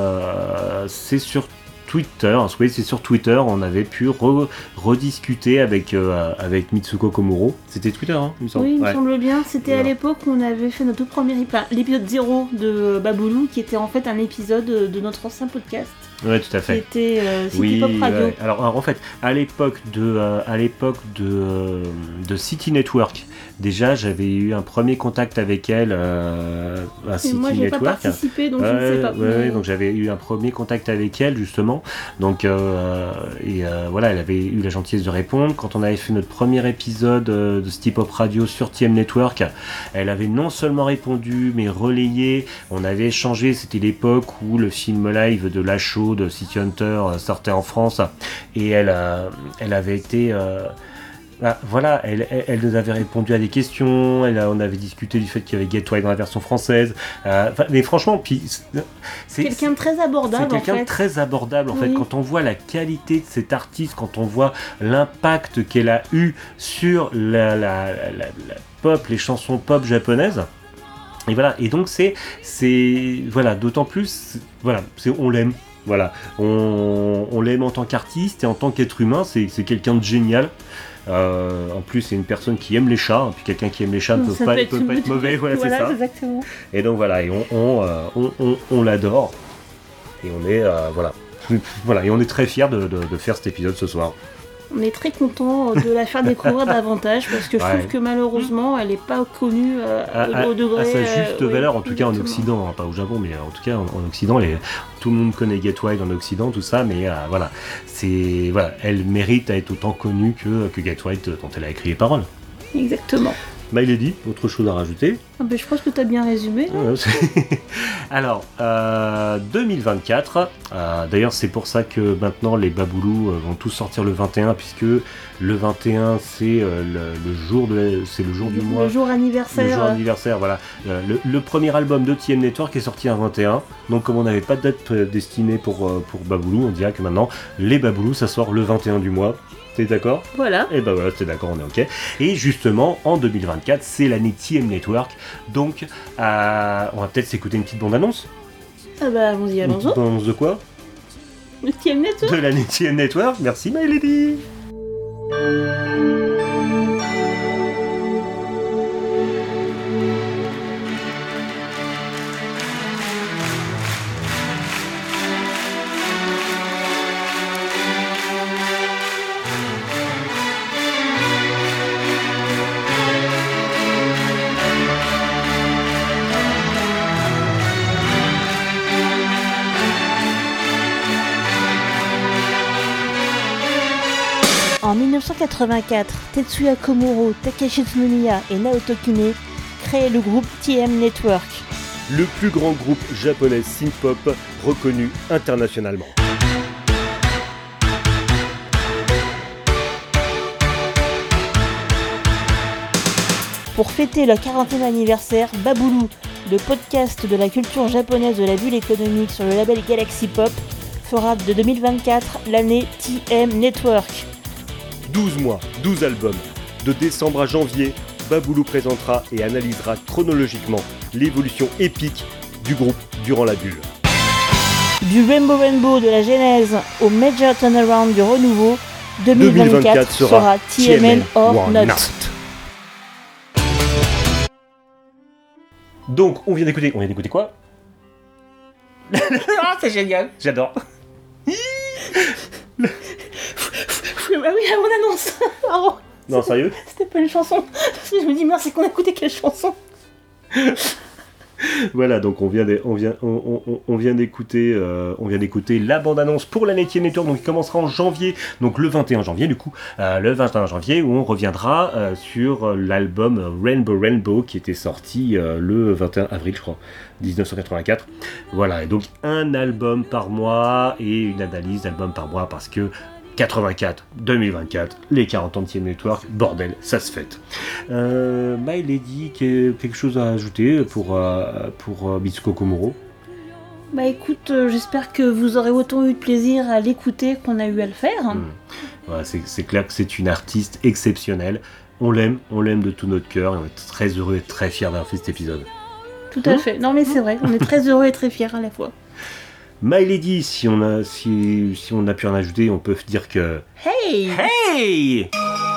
euh, c'est sur Twitter, oui, c'est sur Twitter, on avait pu re- rediscuter avec, euh, avec Mitsuko Komuro. C'était Twitter, hein, il me semble. Oui, il me Ouais. semble bien. C'était à Voilà. l'époque où on avait fait notre tout premier épisode, l'épisode zéro de Baboulou, qui était en fait un épisode de notre ancien podcast, Ouais, tout à qui fait. était euh, City Oui, Pop Radio. ouais. Alors, alors, en fait, à l'époque de, euh, à l'époque de, euh, de City Network, déjà j'avais eu un premier contact avec elle euh, à Et City moi, j'ai pas Network. participé, donc je ne Ouais, sais pas. ouais, mais- ouais, donc j'avais eu un premier contact avec elle justement, donc euh, et euh, voilà, elle avait eu la gentillesse de répondre. Quand on avait fait notre premier épisode euh, de City Pop Radio sur T M Network, elle avait non seulement répondu mais relayé, on avait échangé. C'était l'époque où le film live de La Show de City Hunter euh, sortait en France, et elle, euh, elle avait été euh, bah, voilà, elle, elle, elle nous avait répondu à des questions, elle a, on avait discuté du fait qu'il y avait Get Wild dans la version française, euh, mais franchement, puis c'est Quelqu'un de très abordable, c'est quelqu'un en fait. de très abordable, en Oui. fait. Quand on voit la qualité de cet artiste, quand on voit l'impact qu'elle a eu sur la, la, la, la, la pop, les chansons pop japonaises. Et voilà, et donc c'est, c'est voilà, d'autant plus, voilà, c'est, on l'aime. Voilà, on, on l'aime en tant qu'artiste et en tant qu'être humain, c'est, c'est quelqu'un de génial. Euh, en plus, c'est une personne qui aime les chats, hein, puis quelqu'un qui aime les chats ne peut Ça pas, peut peut être pas être mauvais, voilà, c'est ça. exactement. Et donc voilà, et on, on, euh, on, on, on l'adore, et on est, euh, voilà, voilà, et on est très fiers de, de, de faire cet épisode ce soir. On est très content de la faire découvrir davantage, parce que je Ouais. trouve que malheureusement, elle n'est pas connue euh, À, à- au degré... à sa juste euh, oui, valeur, en tout cas en exactement. Occident, hein, pas au Japon, mais en tout cas en, en Occident, les, tout le monde connaît Get Wild en Occident, tout ça, mais euh, voilà, c'est, voilà, elle mérite à être autant connue que, que Get Wild dont elle a écrit les paroles. Exactement. My Lady, autre chose à rajouter? Ah ben, je pense que tu as bien résumé. Ouais, c'est- Alors, euh, deux mille vingt-quatre, euh, d'ailleurs c'est pour ça que maintenant les Baboulous euh, vont tous sortir le vingt et un, puisque le vingt et un c'est euh, le, le jour de, c'est le jour du mois. Le jour Le anniversaire. jour euh, anniversaire, voilà. Euh, le, le premier album de T M Network est sorti un vingt et un, donc comme on n'avait pas de date euh, destinée pour, euh, pour Baboulou, on dirait que maintenant, les Baboulous, ça sort le vingt et un du mois. T'es d'accord? Voilà. Et ben voilà, t'es d'accord, on est ok. Et justement, en deux mille vingt-quatre, c'est l'année T M Network, donc euh, on va peut-être s'écouter une petite bande-annonce. Ah bah, allons-y, Une petite allons-y. bande-annonce de quoi? Le T M Network. De l'année T M Network, merci My Lady. 「 En dix-neuf cent quatre-vingt-quatre, Tetsuya Komuro, Takeshi Tsunomiya et Naoto Kine créent le groupe T M Network. Le plus grand groupe japonais synth-pop reconnu internationalement. Pour fêter le quarantième anniversaire, Baboulou, le podcast de la culture japonaise de la bulle économique sur le label Galaxy Pop, fera de deux mille vingt-quatre l'année T M Network. douze mois, douze albums. De décembre à janvier, Baboulou présentera et analysera chronologiquement l'évolution épique du groupe durant la bulle. Du Rainbow Rainbow de la genèse au Major Turnaround du renouveau, deux mille vingt-quatre, deux mille vingt-quatre sera T M N or not. Donc, on vient d'écouter, on vient d'écouter quoi? Ah, c'est génial. J'adore. Ah oui, la bande-annonce. Oh, non, sérieux? C'était pas une chanson. Je me dis, merde, c'est qu'on a écouté quelle chanson? Voilà, donc on vient, de, on vient, on, on, on vient d'écouter, euh, on vient d'écouter la bande-annonce pour l'année T M Network, donc il commencera en janvier, donc le vingt et un janvier du coup, euh, le vingt et un janvier où on reviendra euh, sur l'album Rainbow Rainbow qui était sorti euh, le vingt et un avril, je crois, dix-neuf cent quatre-vingt-quatre. Voilà, et donc un album par mois et une analyse d'album par mois parce que quatre-vingt-quatre, deux mille vingt-quatre, les quarante ans de T M Network, bordel, ça se fête. Euh, My Lady, quelque chose à ajouter pour, euh, pour euh, Mitsuko Komuro? Bah écoute, euh, j'espère que vous aurez autant eu de plaisir à l'écouter qu'on a eu à le faire. Mmh. Ouais, c'est, c'est clair que c'est une artiste exceptionnelle. On l'aime, on l'aime de tout notre cœur et on est très heureux et très fiers d'avoir fait cet épisode. Tout à mmh. fait. Non mais c'est vrai, on est très heureux et très fiers à la fois. My Lady, si on a, si, si on a pu en ajouter, on peut dire que... Hey! Hey!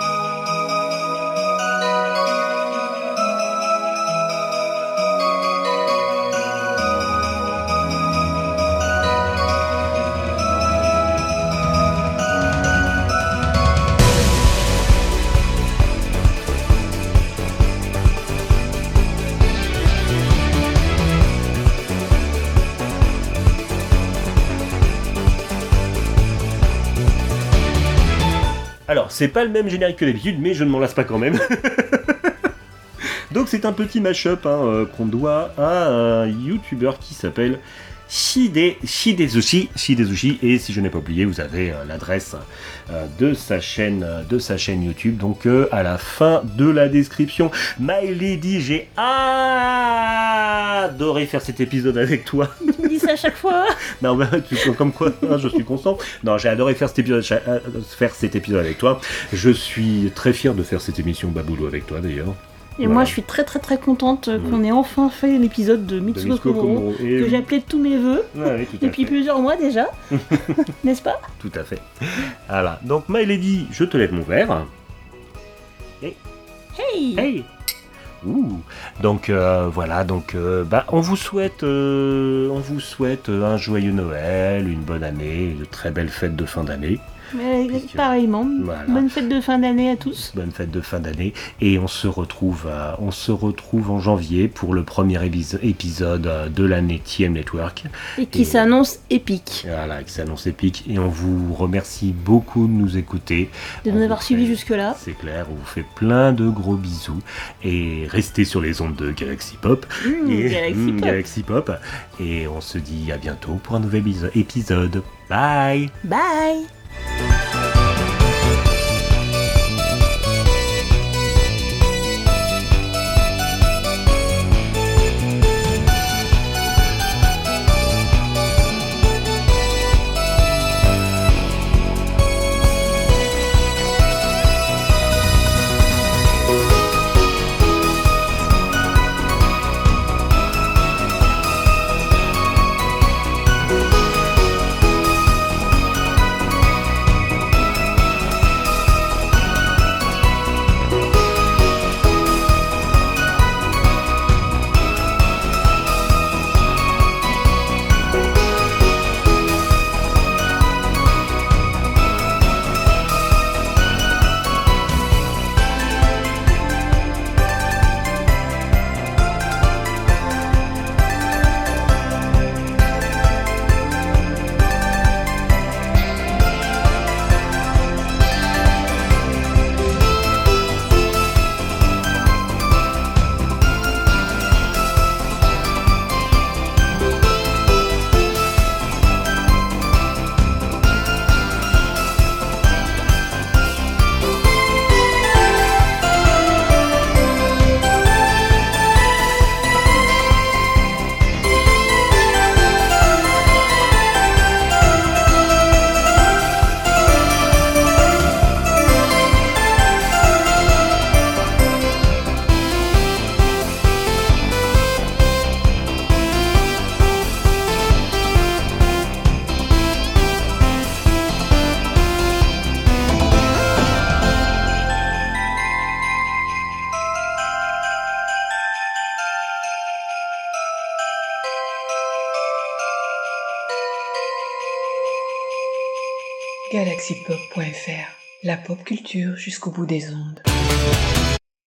Alors, c'est pas le même générique que d'habitude, mais je ne m'en lasse pas quand même. Donc, c'est un petit mash-up hein, euh, qu'on doit à un YouTuber qui s'appelle Shide, Shidezushi, Shidezushi, et si je n'ai pas oublié, vous avez euh, l'adresse euh, de sa chaîne, euh, de sa chaîne YouTube. Donc, euh, à la fin de la description, My Lady, j'ai adoré faire cet épisode avec toi. Tu me dis ça à chaque fois. Non, bah, tu, comme quoi, hein, je suis constant. Non, j'ai adoré faire cet épisode, faire cet épisode avec toi. Je suis très fier de faire cette émission Baboulou avec toi, d'ailleurs. Et voilà. Moi, je suis très très très contente mmh. qu'on ait enfin fait l'épisode de Mitsuko Komuro, que j'ai appelé de tous mes voeux, ouais, oui, depuis fait. plusieurs mois déjà, n'est-ce pas? Tout à fait. Voilà, donc My Lady, je te lève mon verre. Hey Hey, hey. Ouh. Donc euh, voilà, donc euh, bah, on vous souhaite, euh, on vous souhaite un joyeux Noël, une bonne année, de très belles fêtes de fin d'année. Mais pareillement, voilà. Bonne fête de fin d'année à tous. Bonne fête de fin d'année et on se retrouve, euh, on se retrouve en janvier pour le premier ébis- épisode de l'année T M Network. Et qui et, s'annonce épique. Voilà, qui s'annonce épique et on vous remercie beaucoup de nous écouter. De nous avoir suivis jusque-là. C'est clair, on vous fait plein de gros bisous et restez sur les ondes de Galaxy Pop. Mmh, et, Galaxy, mmh, Pop. Galaxy Pop. Et on se dit à bientôt pour un nouvel épisode. Bye. Bye. galaxy pop point f r, la pop culture jusqu'au bout des ondes.